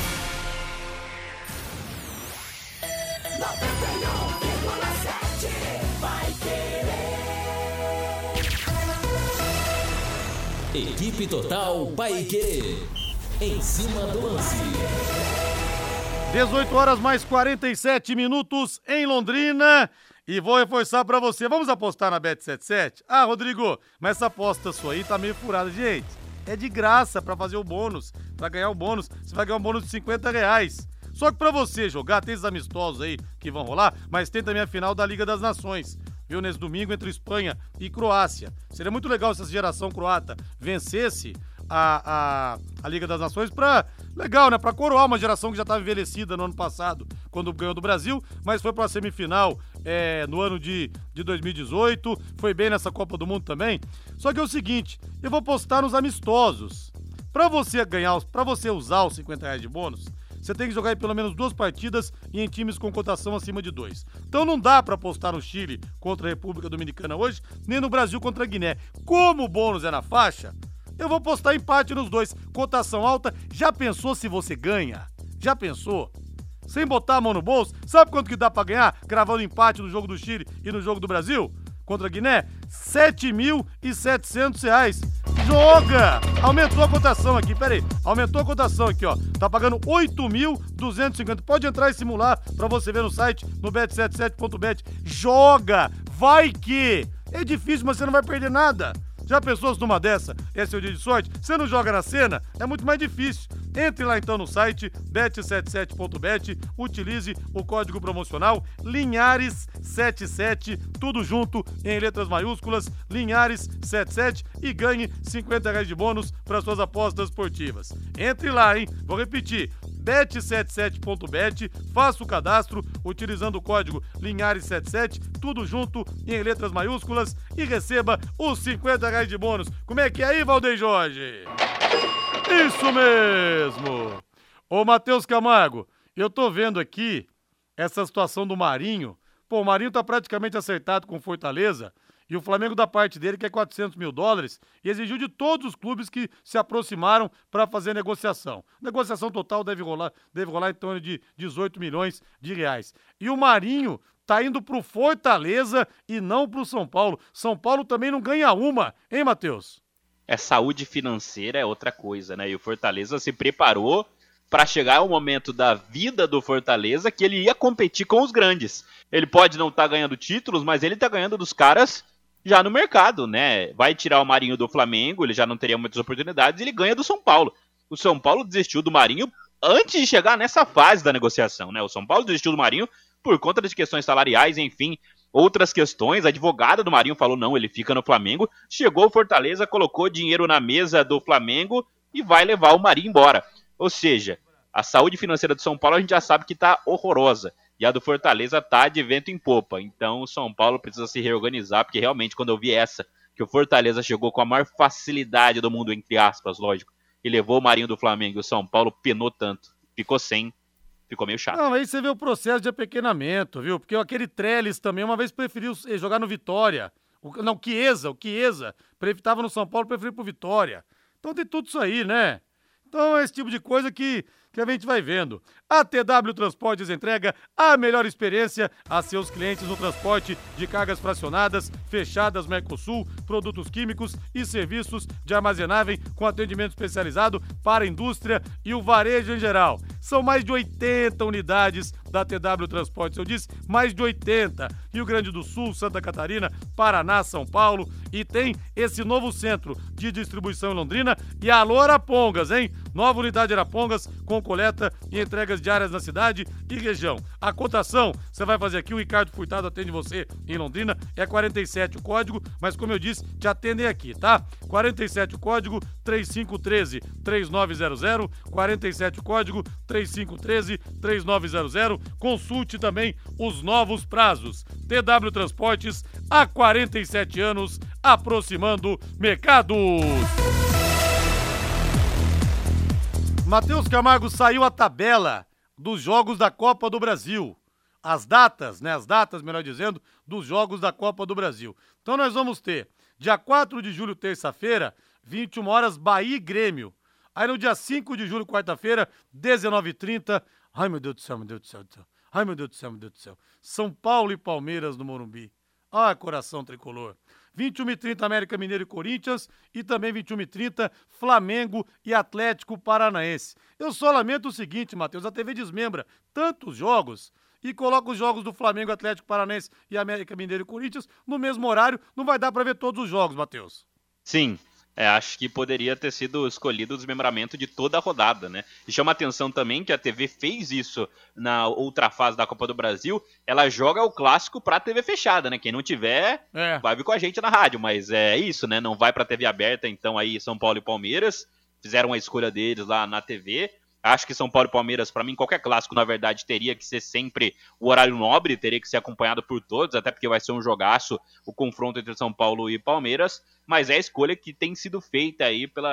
Equipe Total Paiquerê. Em cima do lance. dezoito horas mais quarenta e sete minutos em Londrina. E vou reforçar pra você. Vamos apostar na Bet setenta e sete? Ah, Rodrigo, mas essa aposta sua aí tá meio furada. Gente, é de graça pra fazer o bônus. Pra ganhar o bônus, você vai ganhar um bônus de cinquenta reais. Só que pra você jogar, tem esses amistosos aí que vão rolar, mas tem também a final da Liga das Nações. Viu, nesse domingo entre Espanha e Croácia. Seria muito legal se essa geração croata vencesse a, a, a Liga das Nações pra... Legal, né? Pra coroar uma geração que já estava envelhecida no ano passado, quando ganhou do Brasil, mas foi pra semifinal é, no ano de, de dois mil e dezoito, foi bem nessa Copa do Mundo também. Só que é o seguinte, eu vou postar nos amistosos. Pra você ganhar, pra você usar os cinquenta reais de bônus, você tem que jogar em pelo menos duas partidas e em times com cotação acima de dois. Então não dá pra apostar no Chile contra a República Dominicana hoje, nem no Brasil contra a Guiné. Como o bônus é na faixa, eu vou postar empate nos dois. Cotação alta, já pensou se você ganha? Já pensou? Sem botar a mão no bolso, sabe quanto que dá pra ganhar gravando empate no jogo do Chile e no jogo do Brasil? Contra a Guiné? sete mil e setecentos reais. Joga! Aumentou a cotação aqui, peraí. Aumentou a cotação aqui, ó. Tá pagando oito mil duzentos e cinquenta. Pode entrar e simular pra você ver no site, no bet setenta e sete ponto bet. Joga! Vai que! É difícil, mas você não vai perder nada. Já pensou se numa dessa é seu dia de sorte? Você não joga na cena? É muito mais difícil. Entre lá então no site bet setenta e sete ponto bet, utilize o código promocional Linhares setenta e sete, tudo junto em letras maiúsculas, Linhares setenta e sete, e ganhe cinquenta reais de bônus para suas apostas esportivas. Entre lá, hein? Vou repetir, bet setenta e sete ponto bet, faça o cadastro utilizando o código Linhares setenta e sete, tudo junto em letras maiúsculas, e receba os cinquenta reais de bônus. Como é que é aí, Valdeir Jorge? Isso mesmo! Ô, Matheus Camargo, eu tô vendo aqui essa situação do Marinho. Pô, o Marinho tá praticamente acertado com Fortaleza e o Flamengo da parte dele quer quatrocentos mil dólares e exigiu de todos os clubes que se aproximaram para fazer negociação. Negociação total deve rolar, deve rolar em torno de dezoito milhões de reais. E o Marinho tá indo pro Fortaleza e não pro São Paulo. São Paulo também não ganha uma, hein, Matheus? É, saúde financeira é outra coisa, né? E o Fortaleza se preparou para chegar ao momento da vida do Fortaleza que ele ia competir com os grandes. Ele pode não estar tá ganhando títulos, mas ele tá ganhando dos caras já no mercado, né? Vai tirar o Marinho do Flamengo, ele já não teria muitas oportunidades, e ele ganha do São Paulo. O São Paulo desistiu do Marinho antes de chegar nessa fase da negociação, né? O São Paulo desistiu do Marinho por conta de questões salariais, enfim, outras questões. A advogada do Marinho falou, não, ele fica no Flamengo. Chegou o Fortaleza, colocou dinheiro na mesa do Flamengo e vai levar o Marinho embora. Ou seja, a saúde financeira do São Paulo a gente já sabe que tá horrorosa. E a do Fortaleza tá de vento em popa. Então o São Paulo precisa se reorganizar, porque realmente quando eu vi essa, que o Fortaleza chegou com a maior facilidade do mundo, entre aspas, lógico, e levou o Marinho do Flamengo, e o São Paulo penou tanto, ficou sem. Ficou meio chato. Não, aí você vê o processo de apequenamento, viu? Porque aquele Trellis também uma vez preferiu jogar no Vitória. O, não, o Chiesa, o Chiesa, estava no São Paulo, preferiu pro Vitória. Então tem tudo isso aí, né? Então é esse tipo de coisa que, que a gente vai vendo. A T W Transportes entrega a melhor experiência a seus clientes no transporte de cargas fracionadas, fechadas Mercosul, produtos químicos e serviços de armazenagem com atendimento especializado para a indústria e o varejo em geral. São mais de oitenta unidades da T W Transportes, eu disse mais de oitenta. Rio Grande do Sul, Santa Catarina, Paraná, São Paulo, e tem esse novo centro de distribuição em Londrina. E alô Arapongas, hein? Nova unidade Arapongas com coleta e entregas diárias na cidade e região. A cotação, você vai fazer aqui, o Ricardo Furtado atende você em Londrina, é quarenta e sete o código, mas como eu disse, te atendem aqui, tá? quarenta e sete o código, trinta e cinco treze, trinta e nove zero zero, quarenta e sete o código, trinta e cinco treze, trinta e nove zero zero. Consulte também os novos prazos. T W Transportes, há quarenta e sete anos, aproximando mercados. Matheus Camargo, saiu a tabela dos jogos da Copa do Brasil. As datas, né? As datas, melhor dizendo, dos jogos da Copa do Brasil. Então nós vamos ter, dia quatro de julho, terça-feira, vinte e uma horas, Bahia e Grêmio. Aí no dia cinco de julho, quarta-feira, dezenove e trinta. Ai, meu Deus do céu, meu Deus do céu, do céu. Ai, meu Deus do céu, meu Deus do céu. São Paulo e Palmeiras no Morumbi. Ah, coração tricolor. vinte e uma e trinta, América Mineiro e Corinthians. E também vinte e uma e trinta, Flamengo e Atlético Paranaense. Eu só lamento o seguinte, Matheus, a T V desmembra tantos jogos e coloca os jogos do Flamengo, Atlético Paranaense e América Mineiro e Corinthians no mesmo horário. Não vai dar pra ver todos os jogos, Matheus. Sim. É, acho que poderia ter sido escolhido o desmembramento de toda a rodada, né? E chama atenção também que a T V fez isso na outra fase da Copa do Brasil. Ela joga o clássico pra T V fechada, né? Quem não tiver, é. vai vir com a gente na rádio. Mas é isso, né? Não vai pra T V aberta, então aí São Paulo e Palmeiras fizeram a escolha deles lá na T V. Acho que São Paulo e Palmeiras, pra mim, qualquer clássico, na verdade, teria que ser sempre o horário nobre, teria que ser acompanhado por todos, até porque vai ser um jogaço o confronto entre São Paulo e Palmeiras, mas é a escolha que tem sido feita aí pela,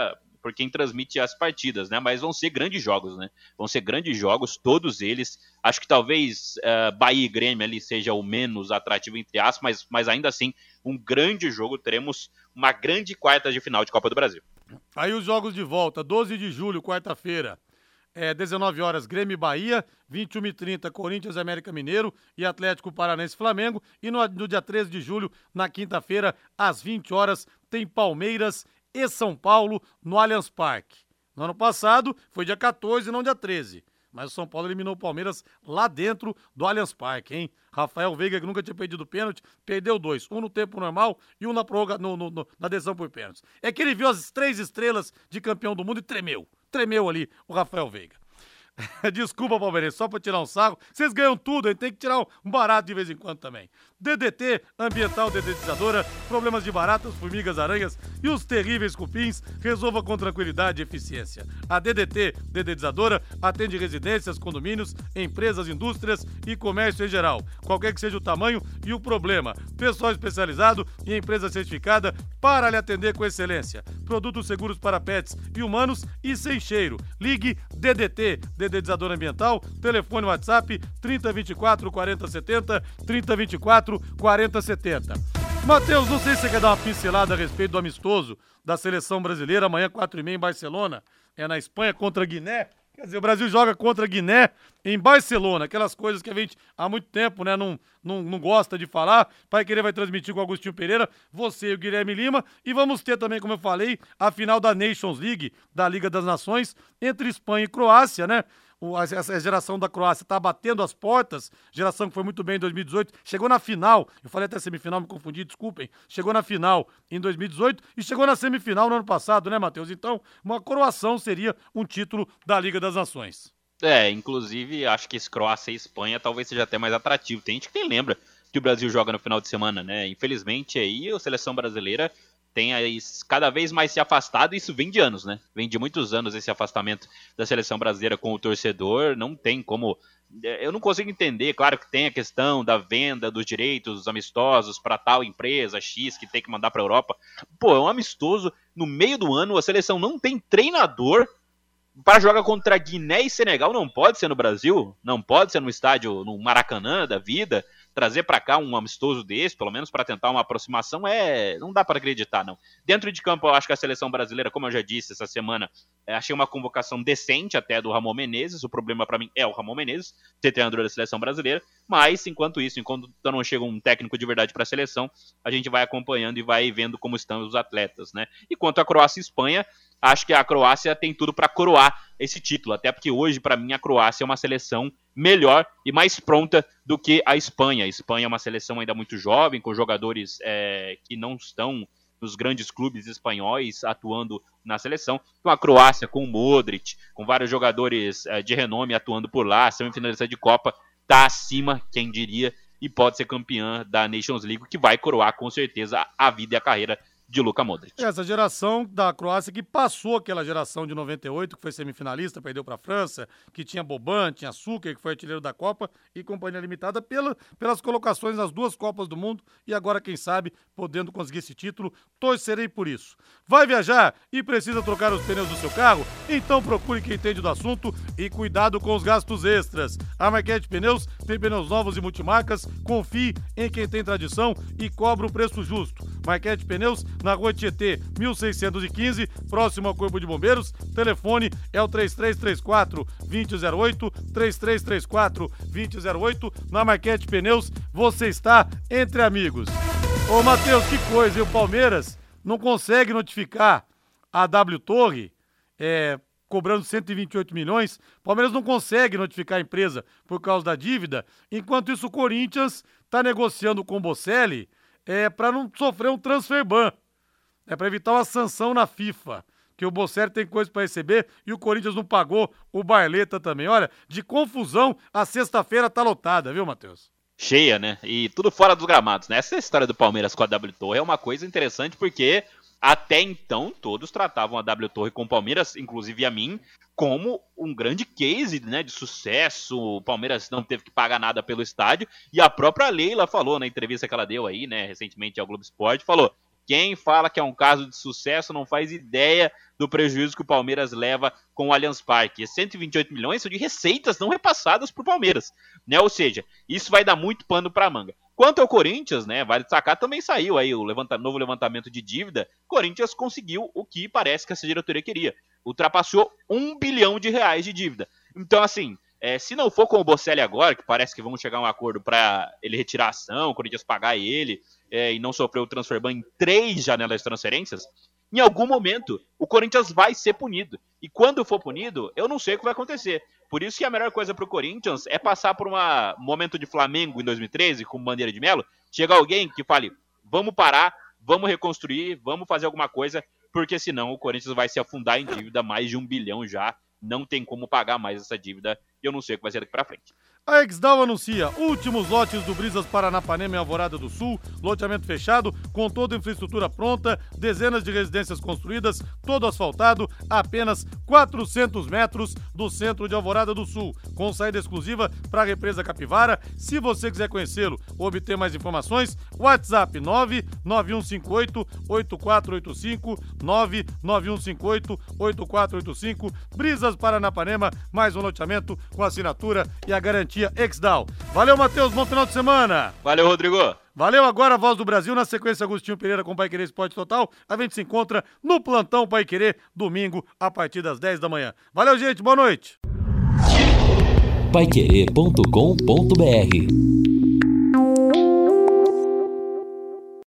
por quem transmite as partidas, né? Mas vão ser grandes jogos, né? Vão ser grandes jogos, todos eles. Acho que talvez uh, Bahia e Grêmio ali seja o menos atrativo entre aspas, mas, mas ainda assim, um grande jogo. Teremos uma grande quarta de final de Copa do Brasil. Aí os jogos de volta, doze de julho, quarta-feira. É, dezenove horas, Grêmio e Bahia, vinte e uma e trinta, Corinthians, América Mineiro e Atlético Paranaense Flamengo. E no, no dia treze de julho, na quinta-feira, às vinte horas, tem Palmeiras e São Paulo no Allianz Parque. No ano passado, foi dia quatorze e não dia treze. Mas o São Paulo eliminou o Palmeiras lá dentro do Allianz Parque, hein? Rafael Veiga, que nunca tinha perdido pênalti, perdeu dois. Um no tempo normal e um na, prorroga, no, no, no, na decisão por pênaltis. É que ele viu as três estrelas de campeão do mundo e tremeu. Tremeu ali o Rafael Veiga. Desculpa, palmeirense, só pra tirar um sarro. Vocês ganham tudo, a gente tem que tirar um barato de vez em quando também. D D T, ambiental dedetizadora, problemas de baratas, formigas, aranhas e os terríveis cupins, resolva com tranquilidade e eficiência. A D D T, dedetizadora, atende residências, condomínios, empresas, indústrias e comércio em geral. Qualquer que seja o tamanho e o problema. Pessoal especializado e empresa certificada para lhe atender com excelência. Produtos seguros para pets e humanos e sem cheiro. Ligue D D T, dedetizador ambiental, telefone WhatsApp trinta, vinte e quatro, quarenta, setenta, trinta, vinte e quatro, quarenta, setenta. Matheus, não sei se você quer dar uma pincelada a respeito do amistoso da seleção brasileira, amanhã quatro e meia em Barcelona, é na Espanha contra a Guiné. Quer dizer, o Brasil joga contra a Guiné em Barcelona, aquelas coisas que a gente há muito tempo, né, não, não, não gosta de falar. Pai Querer vai transmitir com o Agostinho Pereira, você e o Guilherme Lima, e vamos ter também, como eu falei, a final da Nations League, da Liga das Nações, entre Espanha e Croácia, né? O, essa geração da Croácia tá batendo as portas, geração que foi muito bem em dois mil e dezoito, chegou na final, eu falei até semifinal, me confundi, desculpem, chegou na final em dois mil e dezoito e chegou na semifinal no ano passado, né, Matheus? Então, uma coroação seria um título da Liga das Nações. É, inclusive, acho que esse Croácia e Espanha talvez seja até mais atrativo. Tem gente que nem lembra que o Brasil joga no final de semana, né? Infelizmente, aí a seleção brasileira tem aí cada vez mais se afastado, e isso vem de anos, né? Vem de muitos anos esse afastamento da seleção brasileira com o torcedor, não tem como... Eu não consigo entender, claro que tem a questão da venda dos direitos dos amistosos para tal empresa X que tem que mandar para a Europa. Pô, é um amistoso, no meio do ano a seleção não tem treinador para jogar contra Guiné e Senegal, não pode ser no Brasil, não pode ser no estádio, no Maracanã da vida. Trazer para cá um amistoso desse, pelo menos para tentar uma aproximação, é não dá para acreditar, não. Dentro de campo, eu acho que a seleção brasileira, como eu já disse essa semana, é, achei uma convocação decente até do Ramon Menezes. O problema para mim é o Ramon Menezes, ser treinador da seleção brasileira, mas enquanto isso, enquanto não chega um técnico de verdade para a seleção, a gente vai acompanhando e vai vendo como estão os atletas, né? E quanto à Croácia e Espanha, acho que a Croácia tem tudo para coroar esse título, até porque hoje, para mim, a Croácia é uma seleção melhor e mais pronta do que a Espanha. A Espanha é uma seleção ainda muito jovem, com jogadores é, que não estão nos grandes clubes espanhóis atuando na seleção. Então a Croácia com o Modric, com vários jogadores é, de renome atuando por lá, semifinalista de Copa, está acima, quem diria, e pode ser campeã da Nations League, que vai coroar com certeza a vida e a carreira de Luka Modric. Essa geração da Croácia que passou aquela geração de noventa e oito, que foi semifinalista, perdeu para a França, que tinha Boban, tinha Suker, que foi artilheiro da Copa, e companhia limitada pela, pelas colocações nas duas Copas do Mundo, e agora, quem sabe, podendo conseguir esse título, torcerei por isso. Vai viajar e precisa trocar os pneus do seu carro? Então procure quem entende do assunto e cuidado com os gastos extras. A Marquete Pneus tem pneus novos e multimarcas, confie em quem tem tradição e cobra o preço justo. Marquete Pneus, na Rua Tietê, mil seiscentos e quinze, próximo ao Corpo de Bombeiros. Telefone é o três três três quatro, dois zero zero oito, três três três quatro, dois zero zero oito. Na Marquete Pneus, você está entre amigos. Ô, Matheus, que coisa, e o Palmeiras não consegue notificar a W Torre, é, cobrando cento e vinte e oito milhões. O Palmeiras não consegue notificar a empresa por causa da dívida. Enquanto isso, o Corinthians está negociando com o Bocelli é, para não sofrer um transfer ban. É para evitar uma sanção na FIFA, que o Bocelli tem coisa para receber e o Corinthians não pagou o Barleta também. Olha, de confusão, a sexta-feira tá lotada, viu, Matheus? Cheia, né? E tudo fora dos gramados, né? Essa história do Palmeiras com a W Torre é uma coisa interessante porque até então todos tratavam a W Torre com o Palmeiras, inclusive a mim, como um grande case, né, de sucesso. O Palmeiras não teve que pagar nada pelo estádio e a própria Leila falou na entrevista que ela deu aí, né, recentemente ao Globo Esporte, falou: Quem fala que é um caso de sucesso não faz ideia do prejuízo que o Palmeiras leva com o Allianz Parque. E cento e vinte e oito milhões são de receitas não repassadas para o Palmeiras, né? Ou seja, isso vai dar muito pano para manga. Quanto ao Corinthians, né, vale destacar, também saiu aí o levanta, novo levantamento de dívida. Corinthians conseguiu o que parece que essa diretoria queria. Ultrapassou um bilhão de reais de dívida. Então, assim, é, se não for com o Bocelli agora, que parece que vamos chegar a um acordo para ele retirar a ação, o Corinthians pagar ele é, e não sofrer o transfer ban em três janelas de transferências, em algum momento o Corinthians vai ser punido. E quando for punido, eu não sei o que vai acontecer. Por isso que a melhor coisa para o Corinthians é passar por um momento de Flamengo em dois mil e treze, com Bandeira de Melo, chega alguém que fale, vamos parar, vamos reconstruir, vamos fazer alguma coisa, porque senão o Corinthians vai se afundar em dívida, mais de um bilhão já, não tem como pagar mais essa dívida, e eu não sei o que vai ser daqui para frente. A Exdal anuncia últimos lotes do Brisas Paranapanema em Alvorada do Sul, loteamento fechado, com toda a infraestrutura pronta, dezenas de residências construídas, todo asfaltado, a apenas quatrocentos metros do centro de Alvorada do Sul, com saída exclusiva para a represa Capivara. Se você quiser conhecê-lo ou obter mais informações, WhatsApp nove nove um cinco oito, oito quatro oito cinco, nove nove um cinco oito, oito quatro oito cinco, Brisas Paranapanema, mais um loteamento com assinatura e a garantia Exdal. Valeu, Matheus, bom final de semana. Valeu, Rodrigo. Valeu, agora a Voz do Brasil, na sequência Agostinho Pereira com Paiquerê Esporte Total. A gente se encontra no Plantão Paiquerê, domingo, a partir das dez da manhã. Valeu, gente, boa noite. paiquerê ponto com ponto br